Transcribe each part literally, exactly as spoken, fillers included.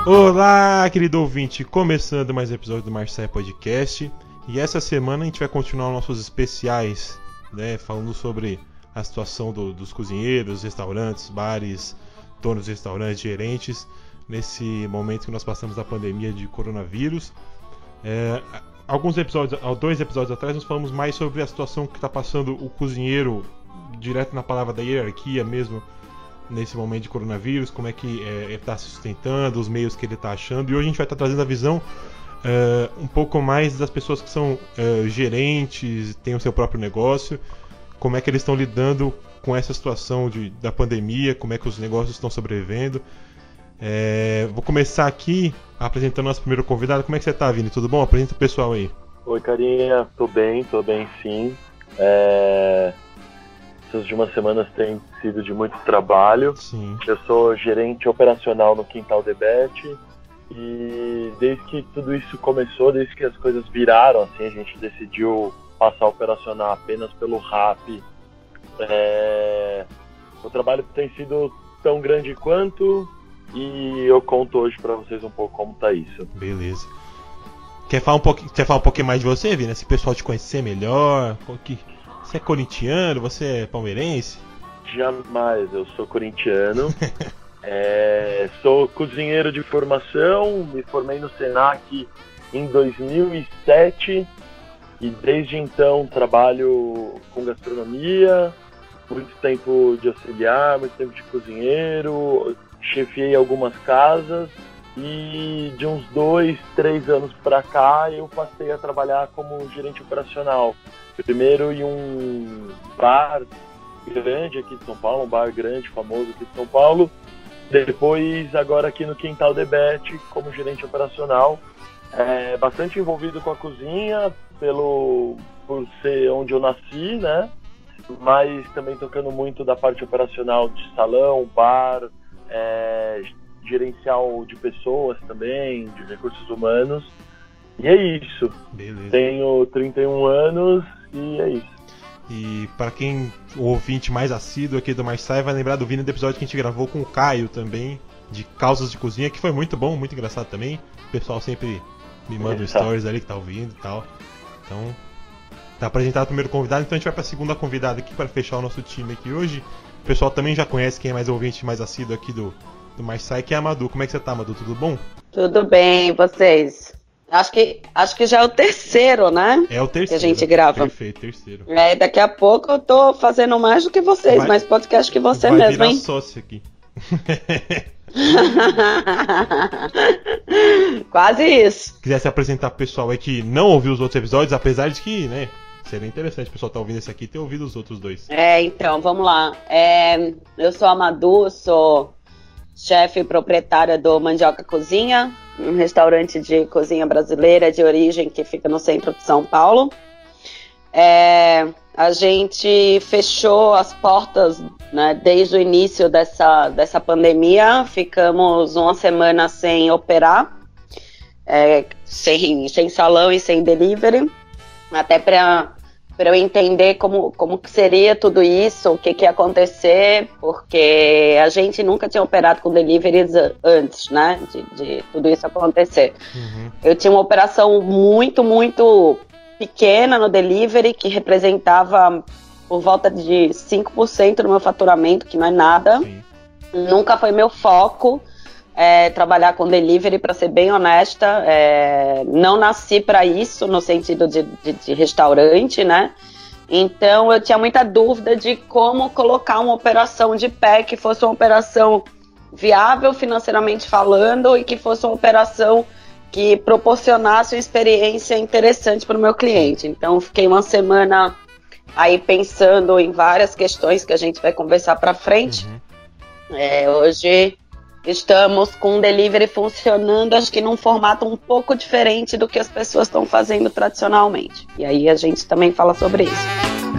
Olá, querido ouvinte, começando mais um episódio do Marseille Podcast. E essa semana a gente vai continuar nossos especiais, né, falando sobre a situação do, dos cozinheiros, restaurantes, bares, donos de restaurantes, gerentes, nesse momento que nós passamos da pandemia de coronavírus. É, alguns episódios, dois episódios atrás, nós falamos mais sobre a situação que está passando o cozinheiro, direto na palavra da hierarquia mesmo, nesse momento de coronavírus, como é que é, ele está se sustentando, os meios que ele está achando. E hoje a gente vai estar tá trazendo a visão uh, um pouco mais das pessoas que são uh, gerentes, têm o seu próprio negócio, como é que eles estão lidando com essa situação de, da pandemia, como é que os negócios estão sobrevivendo. É, vou começar aqui apresentando nosso primeiro convidado. Como é que você está, Vini? Tudo bom? Apresenta o pessoal aí. Oi, carinha. Tô bem, tô bem sim. É... Essas últimas semanas têm sido de muito trabalho. Sim. Eu sou gerente operacional no Quintal Debete e desde que tudo isso começou, desde que as coisas viraram, assim, a gente decidiu passar a operacionar apenas pelo Rappi. É... O trabalho tem sido tão grande quanto e eu conto hoje pra vocês um pouco como tá isso. Beleza. Quer falar um pouquinho, quer falar um pouquinho mais de você, Vini? Se o pessoal te conhecer melhor, qual que... Você é corintiano? Você é palmeirense? Jamais, eu sou corintiano. é, sou cozinheiro de formação, me formei no Senac em dois mil e sete e desde então trabalho com gastronomia, muito tempo de auxiliar, muito tempo de cozinheiro, chefiei algumas casas e de uns dois, três anos para cá eu passei a trabalhar como gerente operacional. Primeiro em um bar grande aqui de São Paulo, um bar grande, famoso aqui de São Paulo. Depois agora aqui no Quintal Debete como gerente operacional. É, bastante envolvido com a cozinha, pelo, por ser onde eu nasci, né? Mas também tocando muito da parte operacional de salão, bar, é, gerencial de pessoas também, de recursos humanos. E é isso. Beleza. Tenho trinta e um anos e é isso. E para quem, o ouvinte mais assíduo aqui do Marseille, vai lembrar do Vini do episódio que a gente gravou com o Caio também, de causas de cozinha, que foi muito bom, muito engraçado também. O pessoal sempre me manda Exato. stories ali que tá ouvindo e tal. Então, tá apresentado o primeiro convidado, então a gente vai pra segunda convidada aqui para fechar o nosso time aqui hoje. O pessoal também já conhece, quem é mais ouvinte, mais assíduo aqui do, do Marseille, que é a Madu. Como é que você tá, Madu? Tudo bom? Tudo bem, vocês? Acho que, acho que já é o terceiro, né? É o terceiro. Que a gente grava. Perfeito, terceiro. É, daqui a pouco eu tô fazendo mais do que vocês, Vai, mais podcast que você vai mesmo, virar hein? sócio aqui. Quase isso. Se quiser se apresentar pro pessoal aí que não ouviu os outros episódios, apesar de que, né, seria interessante o pessoal tá ouvindo esse aqui e ter ouvido os outros dois. É, então, vamos lá. É, eu sou a Madu, sou chefe e proprietária do Mandioca Cozinha, um restaurante de cozinha brasileira de origem que fica no centro de São Paulo. É, a gente fechou as portas, né, desde o início dessa, dessa pandemia, ficamos uma semana sem operar, é, sem, sem salão e sem delivery, até para para eu entender como, como que seria tudo isso, o que, que ia acontecer, porque a gente nunca tinha operado com deliveries antes, né, de, de tudo isso acontecer. Uhum. Eu tinha uma operação muito, muito pequena no delivery, que representava por volta de cinco por cento do meu faturamento, que não é nada. Sim. Nunca foi meu foco. É, trabalhar com delivery, para ser bem honesta, é, não nasci para isso no sentido de, de, de restaurante, né? Então eu tinha muita dúvida de como colocar uma operação de pé que fosse uma operação viável financeiramente falando e que fosse uma operação que proporcionasse uma experiência interessante para o meu cliente. Então fiquei uma semana aí pensando em várias questões que a gente vai conversar para frente. Uhum. É, hoje estamos com o delivery funcionando, acho que num formato um pouco diferente do que as pessoas estão fazendo tradicionalmente. E aí a gente também fala sobre isso.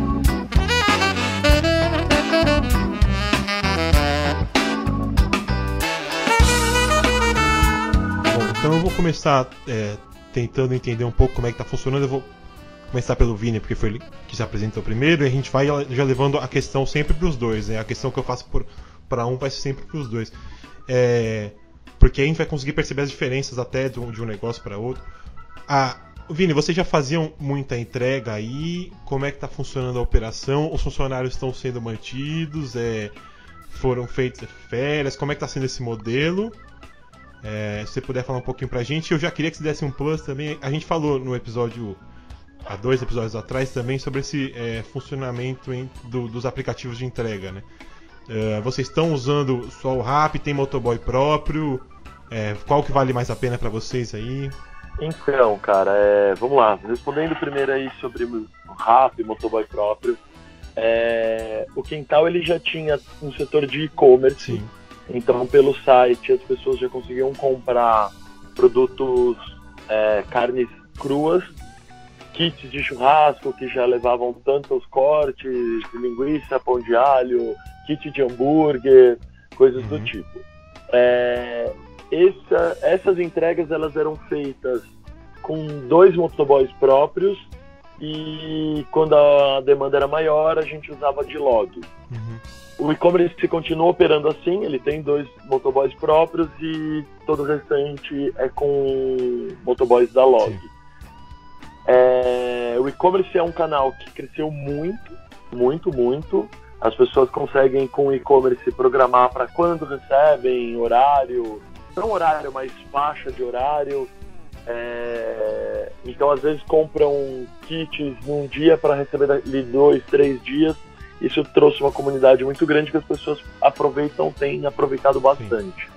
Bom, então eu vou começar é, tentando entender um pouco como é que está funcionando. Eu vou começar pelo Vini, porque foi ele que se apresentou primeiro, e a gente vai já levando a questão sempre para os dois, né? A questão que eu faço para um vai ser sempre para os dois. É, porque a gente vai conseguir perceber as diferenças até de um, de um negócio para outro. Ah, Vini, vocês já faziam muita entrega aí? Como é que está funcionando a operação? Os funcionários estão sendo mantidos? É, foram feitas férias? Como é que está sendo esse modelo? É, se você puder falar um pouquinho pra gente. Eu já queria que você desse um plus também. A gente falou no episódio, há dois episódios atrás também, sobre esse é, funcionamento em, do, dos aplicativos de entrega, né? É, vocês estão usando só o Rappi? Tem motoboy próprio? É, qual que vale mais a pena pra vocês aí? Então, cara, é, vamos lá. Respondendo primeiro aí sobre o Rappi, motoboy próprio. É, o Quintal ele já tinha um setor de e-commerce. Sim. Então, pelo site, as pessoas já conseguiam comprar produtos, é, carnes cruas, kits de churrasco que já levavam tantos cortes de linguiça, pão de alho, kit de hambúrguer, coisas uhum. do tipo. É, essa, essas entregas elas eram feitas com dois motoboys próprios e quando a demanda era maior a gente usava de log. Uhum. O e-commerce continua operando assim, ele tem dois motoboys próprios e todo o restante é com motoboys da log. É, o e-commerce é um canal que cresceu muito, muito, muito. As pessoas conseguem com o e-commerce programar para quando recebem, horário, não horário, mas faixa de horário. É, então, às vezes, compram kits num dia para receber ali dois, três dias. Isso trouxe uma comunidade muito grande que as pessoas aproveitam, têm aproveitado bastante.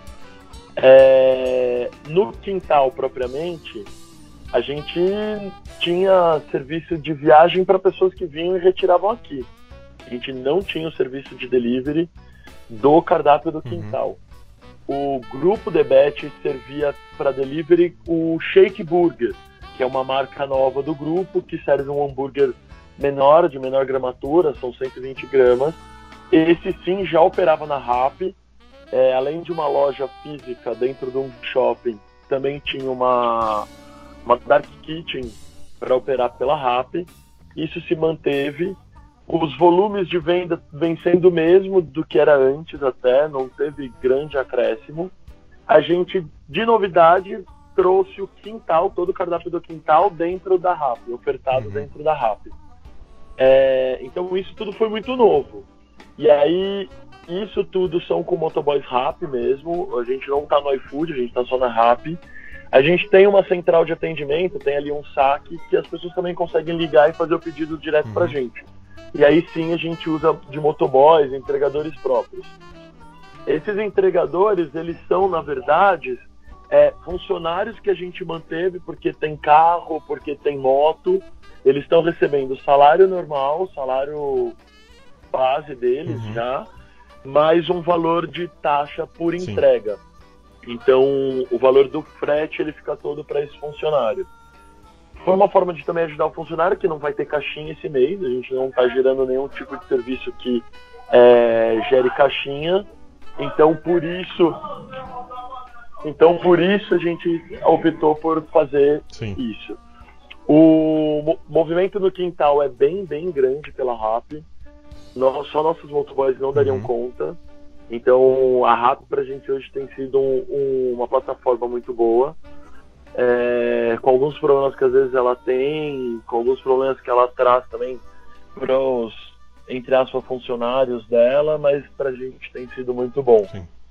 É, no Quintal, propriamente, a gente tinha serviço de viagem para pessoas que vinham e retiravam aqui. A gente não tinha o serviço de delivery do cardápio do Quintal. Uhum. O grupo Debete servia para delivery o Shake Burger, que é uma marca nova do grupo, que serve um hambúrguer menor, de menor gramatura, são cento e vinte gramas. Esse sim já operava na Rappi, é, além de uma loja física dentro de um shopping, também tinha uma, uma Dark Kitchen para operar pela Rappi. Isso se manteve. Os volumes de venda vêm sendo o mesmo do que era antes até, não teve grande acréscimo. A gente, de novidade, trouxe o Quintal, todo o cardápio do Quintal dentro da Rappi, ofertado uhum. dentro da Rappi. É, então isso tudo foi muito novo. E aí, isso tudo são com motoboys Rappi mesmo. A gente não está no iFood, a gente está só na Rappi. A gente tem uma central de atendimento, tem ali um saque que as pessoas também conseguem ligar e fazer o pedido direto uhum. pra gente. E aí sim a gente usa de motoboys, entregadores próprios. Esses entregadores, eles são, na verdade, é, funcionários que a gente manteve porque tem carro, porque tem moto. Eles estão recebendo salário normal, salário base deles uhum. já, mais um valor de taxa por Sim. entrega. Então, o valor do frete ele fica todo para esse funcionário. Foi uma forma de também ajudar o funcionário, que não vai ter caixinha esse mês. A gente não está gerando nenhum tipo de serviço que é, gere caixinha. Então, por isso... Então, por isso a gente optou por fazer Sim. isso. O movimento no Quintal é bem, bem grande pela Rappi. Nós, só nossos motoboys não dariam uhum. conta. Então, a Rappi pra gente hoje tem sido um, um, uma plataforma muito boa. É, com alguns problemas que às vezes ela tem, com alguns problemas que ela traz também para os, entre aspas, funcionários dela, mas pra gente tem sido muito bom.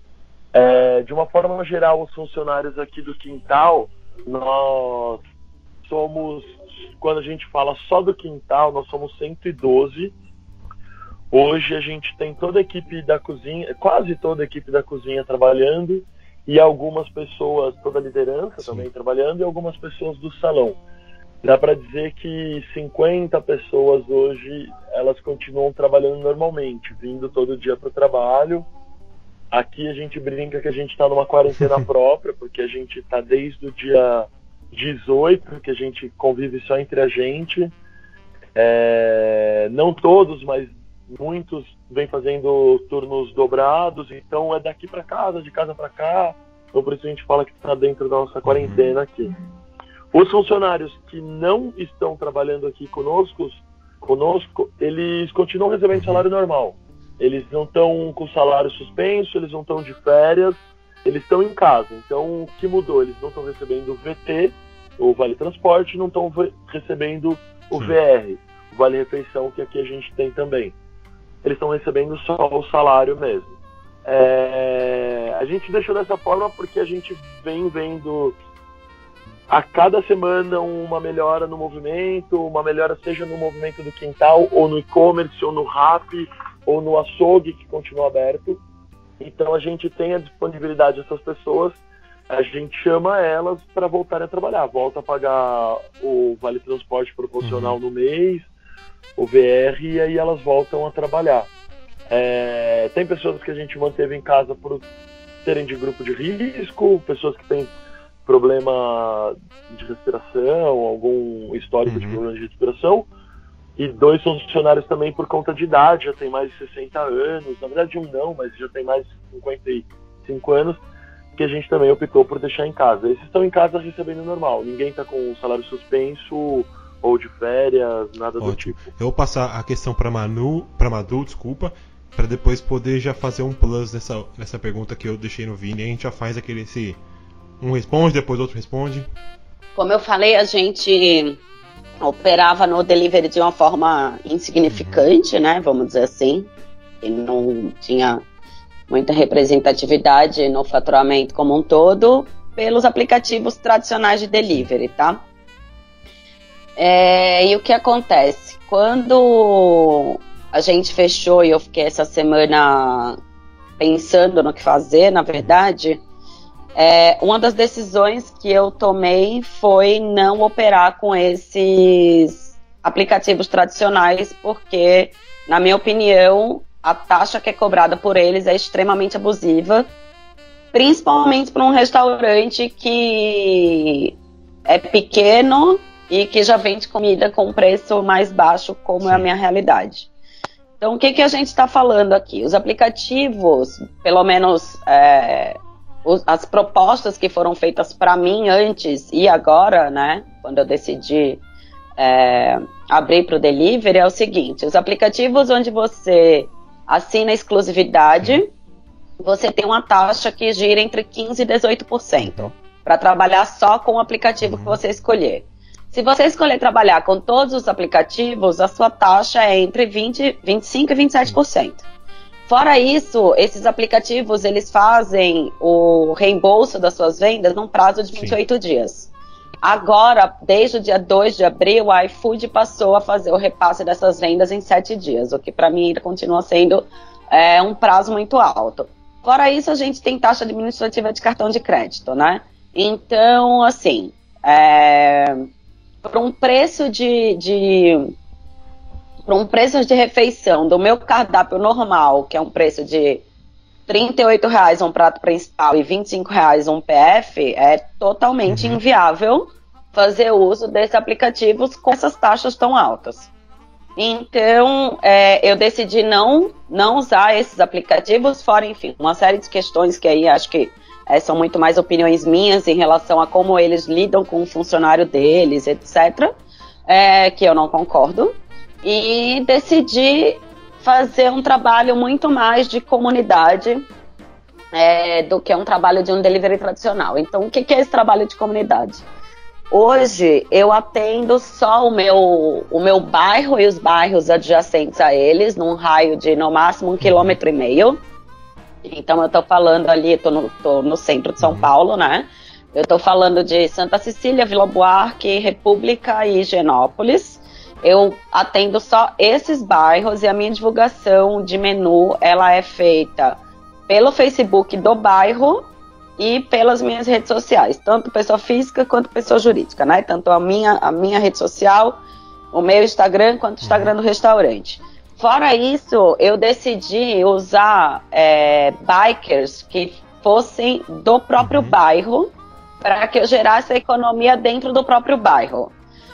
É, de uma forma geral, os funcionários aqui do Quintal, nós somos, quando a gente fala só do Quintal, nós somos cento e doze. Hoje a gente tem toda a equipe da cozinha, quase toda a equipe da cozinha trabalhando, e algumas pessoas, toda a liderança Sim. também trabalhando, e algumas pessoas do salão. Dá para dizer que cinquenta pessoas hoje, elas continuam trabalhando normalmente, vindo todo dia para o trabalho. Aqui a gente brinca que a gente está numa quarentena própria, porque a gente está desde o dia dezoito, que a gente convive só entre a gente. É, não todos, mas muitos vêm fazendo turnos dobrados, então é daqui para casa, de casa para cá. Então por isso a gente fala que está dentro da nossa quarentena aqui. Os funcionários que não estão trabalhando aqui conosco, conosco eles continuam recebendo salário normal. Eles não estão com salário suspenso, eles não estão de férias, eles estão em casa. Então, o que mudou? Eles não estão recebendo o V T, o Vale Transporte, não estão recebendo o Sim. V R, o Vale Refeição, que aqui a gente tem também. Eles estão recebendo só o salário mesmo. É... A gente deixou dessa forma porque a gente vem vendo a cada semana uma melhora no movimento, uma melhora seja no movimento do quintal, ou no e-commerce, ou no Rappi, ou no açougue, que continua aberto. Então a gente tem a disponibilidade dessas pessoas, a gente chama elas para voltarem a trabalhar, volta a pagar o Vale Transporte proporcional uhum. no mês, o V R, e aí elas voltam a trabalhar. É, tem pessoas que a gente manteve em casa por serem de grupo de risco, pessoas que têm problema de respiração, algum histórico uhum. de problema de respiração, e dois funcionários também por conta de idade, já tem mais de sessenta anos, na verdade um não, mas já tem mais de cinquenta e cinco anos, que a gente também optou por deixar em casa. Esses estão em casa recebendo normal, ninguém está com o salário suspenso ou de férias, nada Ótimo. do tipo. Eu vou passar a questão para Manu, para Madu, desculpa, para depois poder já fazer um plus nessa, nessa pergunta que eu deixei no Vini, e a gente já faz aquele esse, um responde, depois outro responde. Como eu falei, a gente operava no delivery de uma forma insignificante, uhum. né, vamos dizer assim, e não tinha muita representatividade no faturamento como um todo, pelos aplicativos tradicionais de delivery, tá? É, e o que acontece? Quando a gente fechou e eu fiquei essa semana pensando no que fazer, na verdade, é, uma das decisões que eu tomei foi não operar com esses aplicativos tradicionais, porque, na minha opinião, a taxa que é cobrada por eles é extremamente abusiva, principalmente para um restaurante que é pequeno e que já vende comida com preço mais baixo, como Sim. é a minha realidade. Então, o que, que a gente está falando aqui? Os aplicativos, pelo menos é, os, as propostas que foram feitas para mim antes e agora, né, quando eu decidi é, abrir para o delivery, é o seguinte: os aplicativos onde você assina exclusividade, você tem uma taxa que gira entre quinze por cento e dezoito por cento para trabalhar só com o aplicativo que você escolher. Se você escolher trabalhar com todos os aplicativos, a sua taxa é entre vinte, vinte e cinco por cento e vinte e sete por cento. Fora isso, esses aplicativos, eles fazem o reembolso das suas vendas num prazo de vinte e oito Sim. dias. Agora, desde o dia dois de abril, o iFood passou a fazer o repasse dessas vendas em sete dias, o que para mim ainda continua sendo é, um prazo muito alto. Fora isso, a gente tem taxa administrativa de cartão de crédito, né? Então, assim, é, para um preço de, de para um preço de refeição do meu cardápio normal, que é um preço de trinta e oito reais um prato principal e vinte e cinco reais um P F, é totalmente uhum. inviável fazer uso desses aplicativos com essas taxas tão altas. Então, é, eu decidi não, não usar esses aplicativos, fora, enfim, uma série de questões que aí acho que é, são muito mais opiniões minhas em relação a como eles lidam com o funcionário deles, etcétera, é, que eu não concordo. E decidi fazer um trabalho muito mais de comunidade é, do que um trabalho de um delivery tradicional. Então, o que, que é esse trabalho de comunidade? Hoje, eu atendo só o meu, o meu bairro e os bairros adjacentes a eles, num raio de, no máximo, um quilômetro e meio. Então, eu estou falando ali, estou no, tô no centro de São Paulo, né? Eu estou falando de Santa Cecília, Vila Buarque, República e Higienópolis. Eu atendo só esses bairros e a minha divulgação de menu, ela é feita pelo Facebook do bairro e pelas minhas redes sociais, tanto pessoa física quanto pessoa jurídica, né? Tanto a minha, a minha rede social, o meu Instagram, quanto o Instagram do restaurante. Fora isso, eu decidi usar é, bikers que fossem do próprio bairro para que eu gerasse a economia dentro do próprio bairro.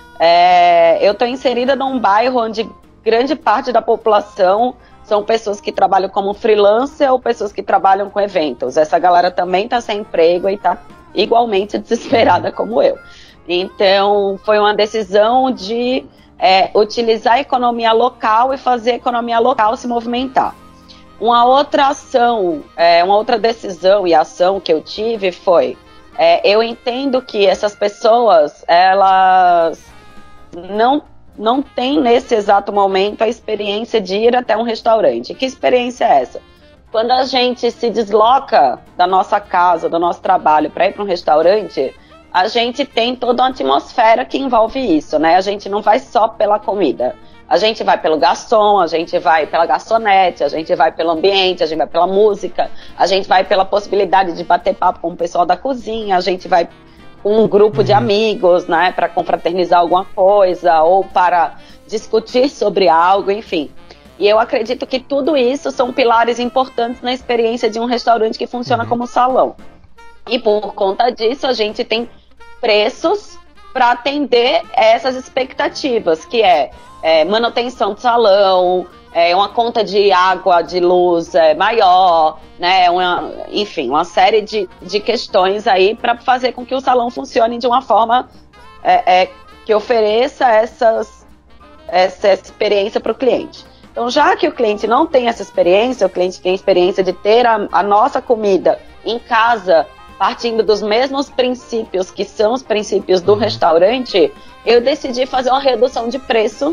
É, eu estou inserida num bairro onde grande parte da população são pessoas que trabalham como freelancer ou pessoas que trabalham com eventos. Essa galera também está sem emprego e está igualmente desesperada como eu. Então, foi uma decisão de é, utilizar a economia local e fazer a economia local se movimentar. Uma outra ação, é, uma outra decisão e ação que eu tive foi, é, eu entendo que essas pessoas, elas não, não têm nesse exato momento a experiência de ir até um restaurante. Que experiência é essa? Quando a gente se desloca da nossa casa, do nosso trabalho para ir para um restaurante, a gente tem toda uma atmosfera que envolve isso, né? A gente não vai só pela comida. A gente vai pelo garçom, a gente vai pela garçonete, a gente vai pelo ambiente, a gente vai pela música, a gente vai pela possibilidade de bater papo com o pessoal da cozinha, a gente vai com um grupo de amigos, né, para confraternizar alguma coisa ou para discutir sobre algo, enfim. E eu acredito que tudo isso são pilares importantes na experiência de um restaurante que funciona uhum. como salão. E por conta disso, a gente tem preços para atender essas expectativas, que é, é manutenção do salão, é uma conta de água, de luz é, maior, né, uma, enfim, uma série de, de questões aí para fazer com que o salão funcione de uma forma é, é, que ofereça essas, essa experiência para o cliente. Então, já que o cliente não tem essa experiência, o cliente tem a experiência de ter a, a nossa comida em casa, partindo dos mesmos princípios que são os princípios do uhum. restaurante, eu decidi fazer uma redução de preço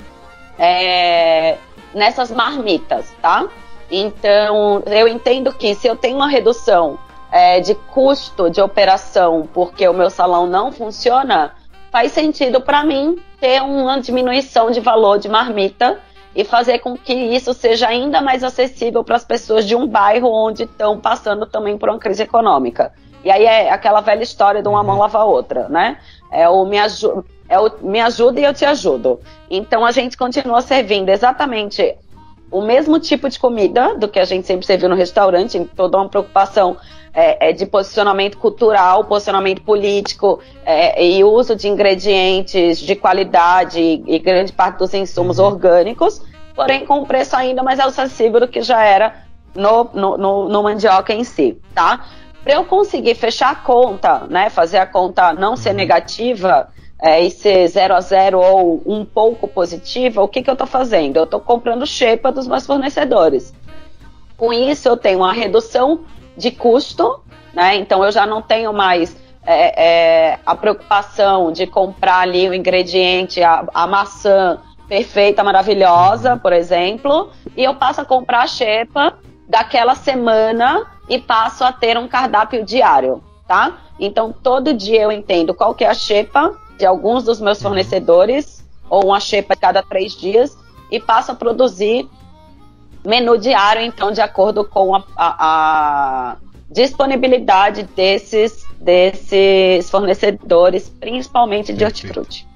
é, nessas marmitas, tá? Então, eu entendo que se eu tenho uma redução é, de custo de operação porque o meu salão não funciona, faz sentido para mim ter uma diminuição de valor de marmita e fazer com que isso seja ainda mais acessível para as pessoas de um bairro onde estão passando também por uma crise econômica. E aí é aquela velha história de uma mão lava a outra, né? É o me, aju- é o me ajuda e eu te ajudo. Então a gente continua servindo exatamente o mesmo tipo de comida do que a gente sempre serviu no restaurante, em toda uma preocupação é, é, de posicionamento cultural, posicionamento político é, e uso de ingredientes de qualidade e, e grande parte dos insumos uhum. orgânicos, porém com um preço ainda mais acessível do que já era no, no, no, no mandioca em si, tá? Para eu conseguir fechar a conta, né, fazer a conta não ser uhum. negativa é, e ser zero a zero ou um pouco positiva, o que, que eu estou fazendo? Eu estou comprando xepa dos meus fornecedores. Com isso eu tenho uma redução de custo, né? Então eu já não tenho mais é, é, a preocupação de comprar ali o ingrediente, a, a maçã perfeita, maravilhosa, por exemplo, e eu passo a comprar a xepa daquela semana e passo a ter um cardápio diário, tá? Então todo dia eu entendo qual que é a xepa de alguns dos meus fornecedores, ou uma xepa a cada três dias, e passo a produzir menu diário, então, de acordo com a, a, a disponibilidade desses, desses fornecedores, principalmente de hortifruti.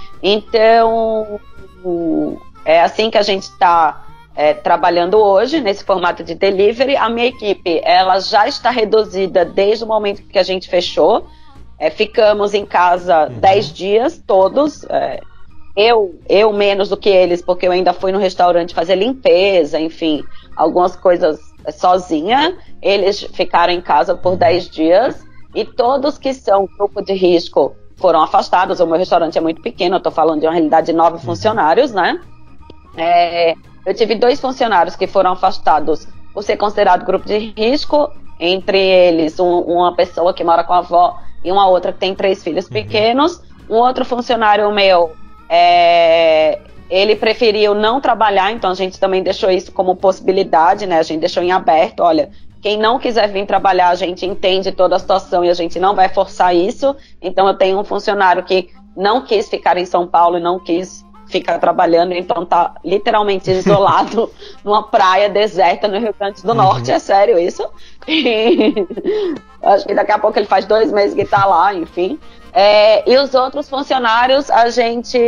Então, é assim que a gente está é, trabalhando hoje, nesse formato de delivery. A minha equipe, ela já está reduzida desde o momento que a gente fechou. É, ficamos em casa uhum. dez dias, todos. É, Eu, eu menos do que eles, porque eu ainda fui no restaurante fazer limpeza, enfim, algumas coisas sozinha. Eles ficaram em casa por dez dias e todos que são grupo de risco foram afastados. O meu restaurante é muito pequeno, eu estou falando de uma realidade de nove funcionários, né? É, eu tive dois funcionários que foram afastados por ser considerado grupo de risco, entre eles um, uma pessoa que mora com a avó e uma outra que tem três filhos pequenos. Um outro funcionário meu, É, ele preferiu não trabalhar, então a gente também deixou isso como possibilidade, né? A gente deixou em aberto, olha, quem não quiser vir trabalhar, a gente entende toda a situação e a gente não vai forçar isso. Então eu tenho um funcionário que não quis ficar em São Paulo e não quis ficar trabalhando, então tá literalmente isolado numa praia deserta no Rio Grande do Norte, uhum. é sério isso. E acho que daqui a pouco ele faz dois meses que tá lá, enfim. É, e os outros funcionários, a gente...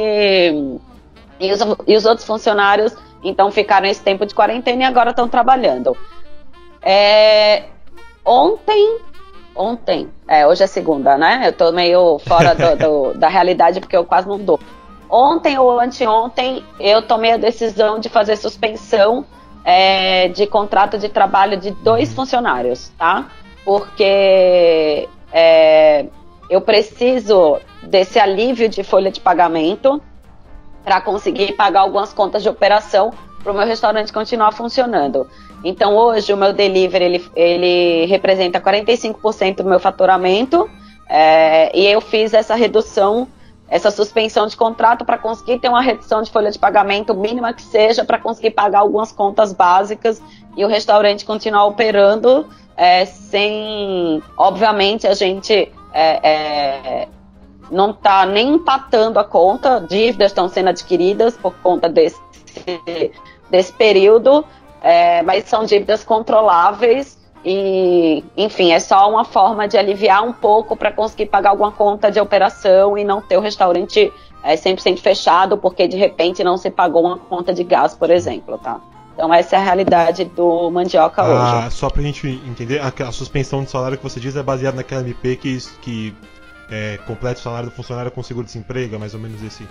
E os, e os outros funcionários, então, ficaram esse tempo de quarentena e agora estão trabalhando. É, ontem... Ontem... É, hoje é segunda, né? Eu tô meio fora do, do, da realidade porque eu quase não dou. Ontem ou anteontem, eu tomei a decisão de fazer suspensão é, de contrato de trabalho de dois funcionários, tá? Porque... É, eu preciso desse alívio de folha de pagamento para conseguir pagar algumas contas de operação, para o meu restaurante continuar funcionando. Então, hoje, o meu delivery, ele, ele representa quarenta e cinco por cento do meu faturamento, é, e eu fiz essa redução, essa suspensão de contrato para conseguir ter uma redução de folha de pagamento mínima que seja, para conseguir pagar algumas contas básicas e o restaurante continuar operando, é, sem... Obviamente, a gente é, é, não está nem empatando a conta, dívidas estão sendo adquiridas por conta desse, desse período, é, mas são dívidas controláveis e, enfim, é só uma forma de aliviar um pouco para conseguir pagar alguma conta de operação e não ter o restaurante é, cem por cento fechado porque de repente não se pagou uma conta de gás, por exemplo, tá? Então essa é a realidade do Mandioca ah, hoje. Só pra gente entender, a, a suspensão de salário que você diz é baseada naquela M P que, que é, completa o salário do funcionário com seguro-desemprego, é mais ou menos esse...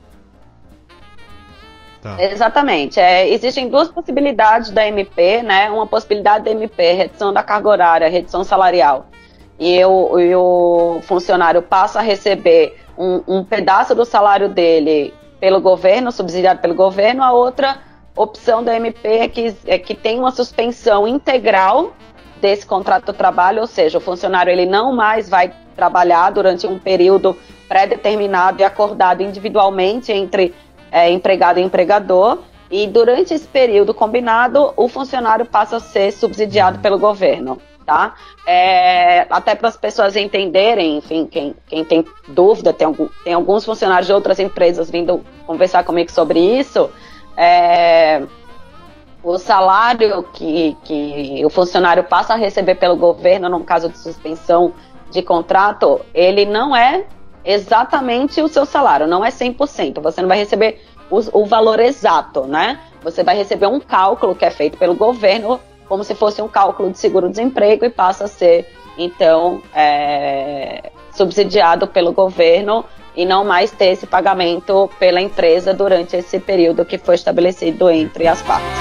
Tá. Exatamente. É, existem duas possibilidades da M P, né? Uma possibilidade da M P, redução da carga horária, redução salarial. E o, e o funcionário passa a receber um, um pedaço do salário dele pelo governo, subsidiado pelo governo. A outra opção da M P é que, é que tem uma suspensão integral desse contrato de trabalho, ou seja, o funcionário ele não mais vai trabalhar durante um período pré-determinado e acordado individualmente entre É, empregado e empregador, e durante esse período combinado, o funcionário passa a ser subsidiado pelo governo, tá? É, até para as pessoas entenderem, enfim, quem, quem tem dúvida, tem, algum, tem alguns funcionários de outras empresas vindo conversar comigo sobre isso, é, o salário que, que o funcionário passa a receber pelo governo, no caso de suspensão de contrato, ele não é exatamente o seu salário, não é cem por cento, você não vai receber o, o valor exato, né? Você vai receber um cálculo que é feito pelo governo, como se fosse um cálculo de seguro-desemprego e passa a ser, então, é, subsidiado pelo governo e não mais ter esse pagamento pela empresa durante esse período que foi estabelecido entre as partes.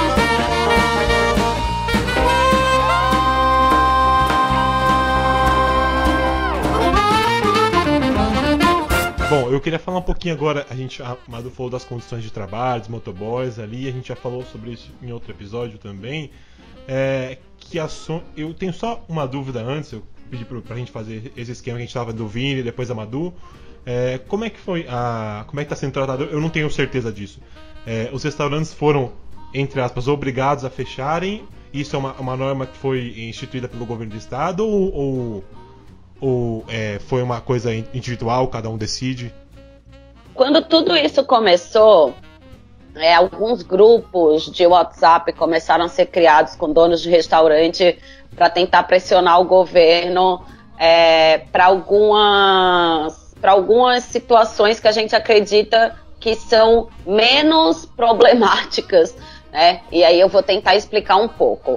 Bom, eu queria falar um pouquinho agora, a gente, a Madu falou das condições de trabalho, dos motoboys ali, a gente já falou sobre isso em outro episódio também, é, que a so... eu tenho só uma dúvida antes, eu pedi pra, pra gente fazer esse esquema que a gente tava do Vini e depois da Madu, é, como é que foi, a, como é que tá sendo tratado, eu não tenho certeza disso, é, os restaurantes foram, entre aspas, obrigados a fecharem, isso é uma, uma norma que foi instituída pelo governo do estado ou... ou... Ou é, foi uma coisa individual, cada um decide? Quando tudo isso começou, é, alguns grupos de WhatsApp começaram a ser criados com donos de restaurante para tentar pressionar o governo é, para algumas, para algumas situações que a gente acredita que são menos problemáticas, né? E aí eu vou tentar explicar um pouco.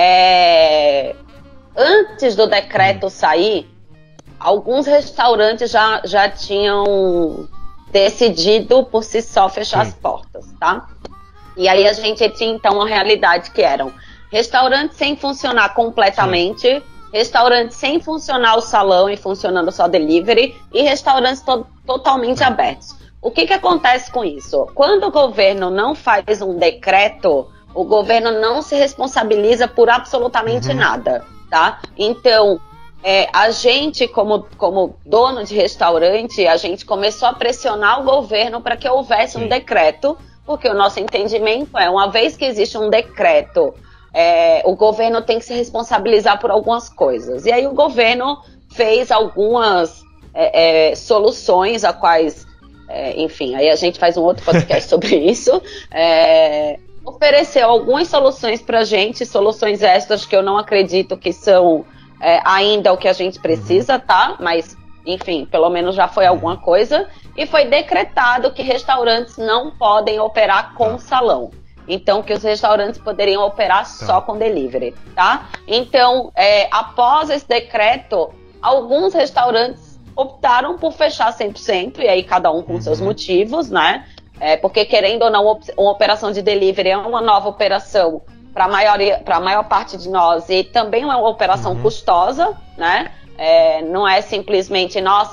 É, antes do decreto sair, alguns restaurantes já, já tinham decidido por si só fechar Sim. as portas, tá? E aí a gente tinha então uma realidade que eram restaurantes sem funcionar completamente, Sim. restaurantes sem funcionar o salão e funcionando só delivery, e restaurantes to- totalmente Sim. abertos. O que que acontece com isso? Quando o governo não faz um decreto, o governo não se responsabiliza por absolutamente uhum. nada, tá? Então... É, a gente, como, como dono de restaurante, a gente começou a pressionar o governo para que houvesse Sim. um decreto, porque o nosso entendimento é, uma vez que existe um decreto, é, o governo tem que se responsabilizar por algumas coisas. E aí o governo fez algumas é, é, soluções, a quais, é, enfim, aí a gente faz um outro podcast sobre isso, é, ofereceu algumas soluções para a gente, soluções extras que eu não acredito que são... É, ainda o que a gente precisa, tá? Mas, enfim, pelo menos já foi alguma coisa. E foi decretado que restaurantes não podem operar com tá. salão. Então, que os restaurantes poderiam operar tá. só com delivery, tá? Então, é, após esse decreto, alguns restaurantes optaram por fechar cem por cento, e aí cada um com uhum. seus motivos, né? É, porque, querendo ou não, uma operação de delivery é uma nova operação para a maior parte de nós, e também é uma operação uhum. custosa, né? É, não é simplesmente, nossa,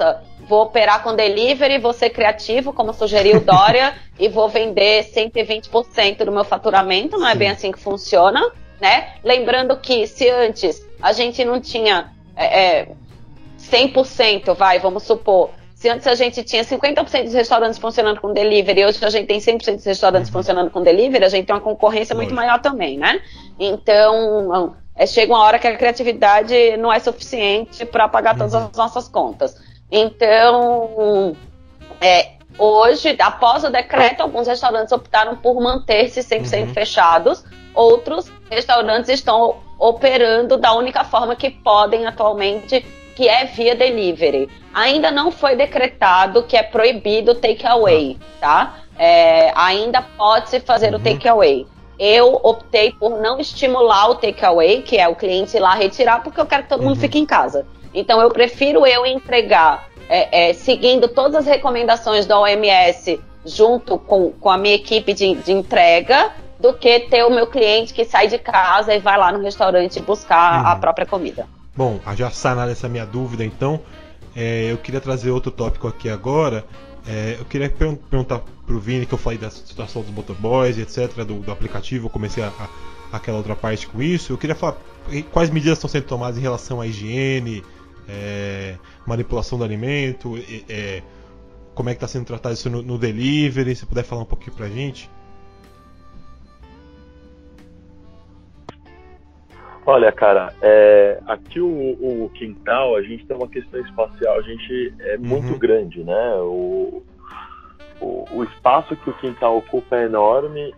vou operar com delivery, vou ser criativo, como sugeriu o Dória, e vou vender cento e vinte por cento do meu faturamento. Não é bem assim que funciona, né? Lembrando que se antes a gente não tinha é, é, cem por cento, vai, vamos supor, se antes a gente tinha cinquenta por cento dos restaurantes funcionando com delivery, hoje a gente tem cem por cento dos restaurantes uhum. funcionando com delivery, a gente tem uma concorrência Lógico. muito maior também, né? Então, é, chega uma hora que a criatividade não é suficiente para pagar todas uhum. as nossas contas. Então, é, hoje, após o decreto, alguns restaurantes optaram por manter-se cem por cento uhum. fechados, outros restaurantes estão operando da única forma que podem atualmente, que é via delivery. Ainda não foi decretado que é proibido o takeaway, tá? É, ainda pode-se fazer uhum. o takeaway. Eu optei por não estimular o takeaway, que é o cliente ir lá retirar, porque eu quero que todo uhum. mundo fique em casa. Então eu prefiro eu entregar, é, é, seguindo todas as recomendações da O M S, junto com, com a minha equipe de, de entrega, do que ter o meu cliente que sai de casa e vai lá no restaurante buscar uhum. a própria comida. Bom, já sanada essa minha dúvida, então, é, eu queria trazer outro tópico aqui agora. É, eu queria per- perguntar pro Vini, que eu falei da situação dos motoboys e etcétera, do, do aplicativo, eu comecei a, a, aquela outra parte com isso. Eu queria falar quais medidas estão sendo tomadas em relação à higiene, é, manipulação do alimento, é, como é que está sendo tratado isso no, no delivery, se puder falar um pouquinho pra gente. Olha, cara, é, aqui o, o quintal, a gente tem uma questão espacial, a gente é muito uhum. grande, né? O, o, o espaço que o quintal ocupa é enorme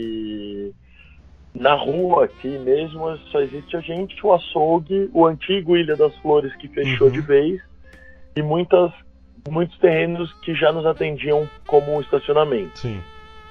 e na rua aqui mesmo só existe a gente, o açougue, o antigo Ilha das Flores que fechou uhum. de vez e muitas, muitos terrenos que já nos atendiam como estacionamento. Sim.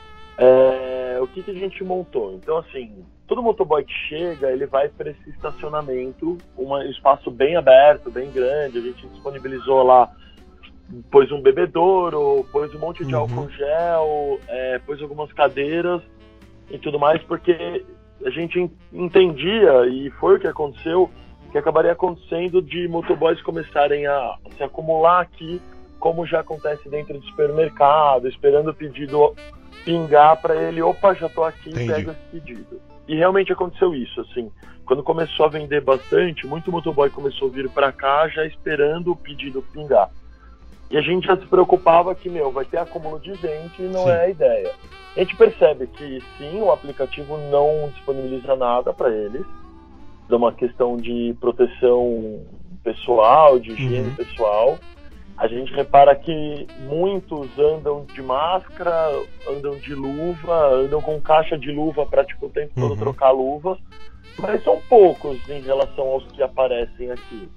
É, o que, que a gente montou? Então, assim, todo motoboy que chega, ele vai para esse estacionamento, um espaço bem aberto, bem grande. A gente disponibilizou lá, pôs um bebedouro, pôs um monte de uhum. álcool gel, é, pôs algumas cadeiras e tudo mais, porque a gente entendia, e foi o que aconteceu, que acabaria acontecendo de motoboys começarem a se acumular aqui, como já acontece dentro do supermercado, esperando o pedido pingar para ele, opa, já tô aqui, Entendi. Pega esse pedido. E realmente aconteceu isso, assim, quando começou a vender bastante, muito motoboy começou a vir para cá já esperando o pedido pingar. E a gente já se preocupava que, meu, vai ter acúmulo de gente e não sim. é a ideia. A gente percebe que, sim, o aplicativo não disponibiliza nada para eles, de uma questão de proteção pessoal, de higiene uhum. pessoal. A gente repara que muitos andam de máscara, andam de luva, andam com caixa de luva para tipo, o tempo todo uhum. trocar a luva, mas são poucos em relação aos que aparecem aqui.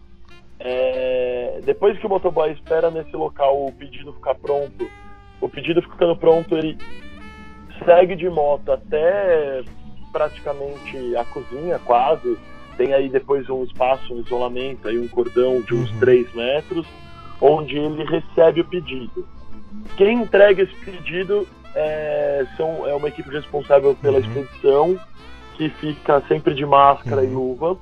É... Depois que o motoboy espera nesse local o pedido ficar pronto, o pedido ficando pronto, ele segue de moto até praticamente a cozinha, quase. Tem aí depois um espaço, um isolamento, aí um cordão de uns uhum. três metros, onde ele recebe o pedido. Quem entrega esse pedido é, são, é uma equipe responsável pela uhum. expedição, que fica sempre de máscara uhum. e luva.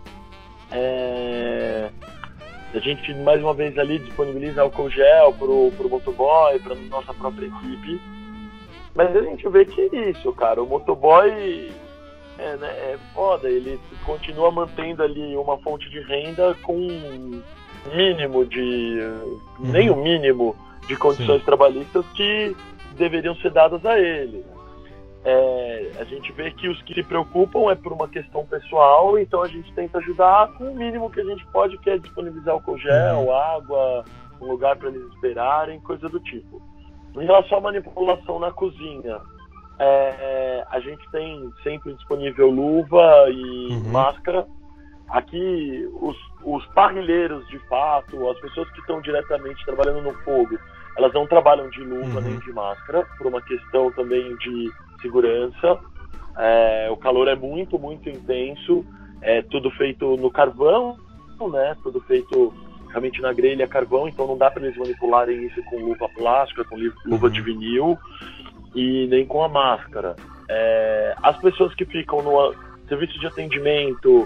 É, a gente, mais uma vez, ali disponibiliza álcool gel pro, pro motoboy, pra nossa própria equipe. Mas a gente vê que é isso, cara. O motoboy é, né, é foda, ele continua mantendo ali uma fonte de renda com mínimo de uhum. nem o mínimo de condições Sim. trabalhistas que deveriam ser dadas a ele. É, a gente vê que os que se preocupam é por uma questão pessoal, então a gente tenta ajudar com o mínimo que a gente pode, que é disponibilizar álcool gel, uhum. água, um lugar para eles esperarem, coisa do tipo. Em relação à manipulação na cozinha, é, a gente tem sempre disponível luva e uhum. máscara. Aqui, os, os parrilheiros, de fato, as pessoas que estão diretamente trabalhando no fogo, elas não trabalham de luva uhum. nem de máscara, por uma questão também de segurança. É, o calor é muito, muito intenso, é tudo feito no carvão, né? Tudo feito realmente na grelha carvão, então não dá para eles manipularem isso com luva plástica, com luva uhum. de vinil e nem com a máscara. É, as pessoas que ficam no serviço de atendimento,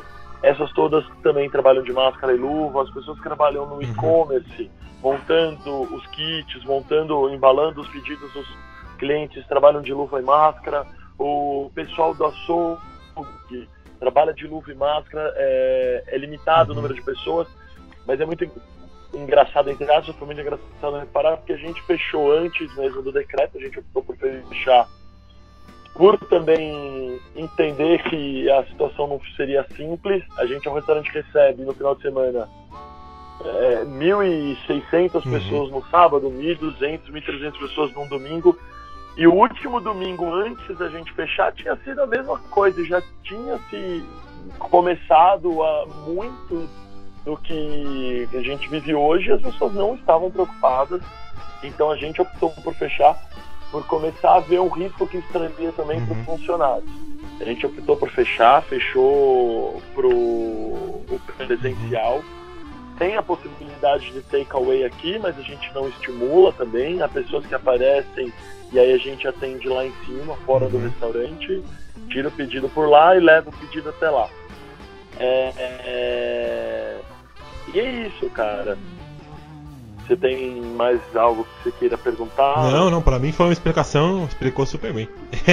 essas todas também trabalham de máscara e luva, as pessoas que trabalham no e-commerce, montando os kits, montando, embalando os pedidos dos clientes, trabalham de luva e máscara, o pessoal da Soul, que trabalha de luva e máscara, é, é limitado o número de pessoas, mas é muito engraçado, entre aspas, foi muito engraçado reparar, porque a gente fechou antes mesmo do decreto, a gente optou por fechar, por também entender que a situação não seria simples. A gente é um restaurante que recebe no final de semana é, mil e seiscentas uhum. pessoas no sábado, mil e duzentas, mil e trezentas pessoas num domingo, e o último domingo antes da gente fechar tinha sido a mesma coisa, já tinha se começado a muito do que a gente vive hoje, as pessoas não estavam preocupadas, então a gente optou por fechar, por começar a ver um risco que isso traria também uhum. para os funcionários. A gente optou por fechar, fechou para o presencial, uhum. tem a possibilidade de takeaway aqui, mas a gente não estimula também, há pessoas que aparecem e aí a gente atende lá em cima, fora uhum. do restaurante, tira o pedido por lá e leva o pedido até lá. É... é... E é isso, cara. Você tem mais algo que você queira perguntar? Não, não, pra mim foi uma explicação, explicou super bem.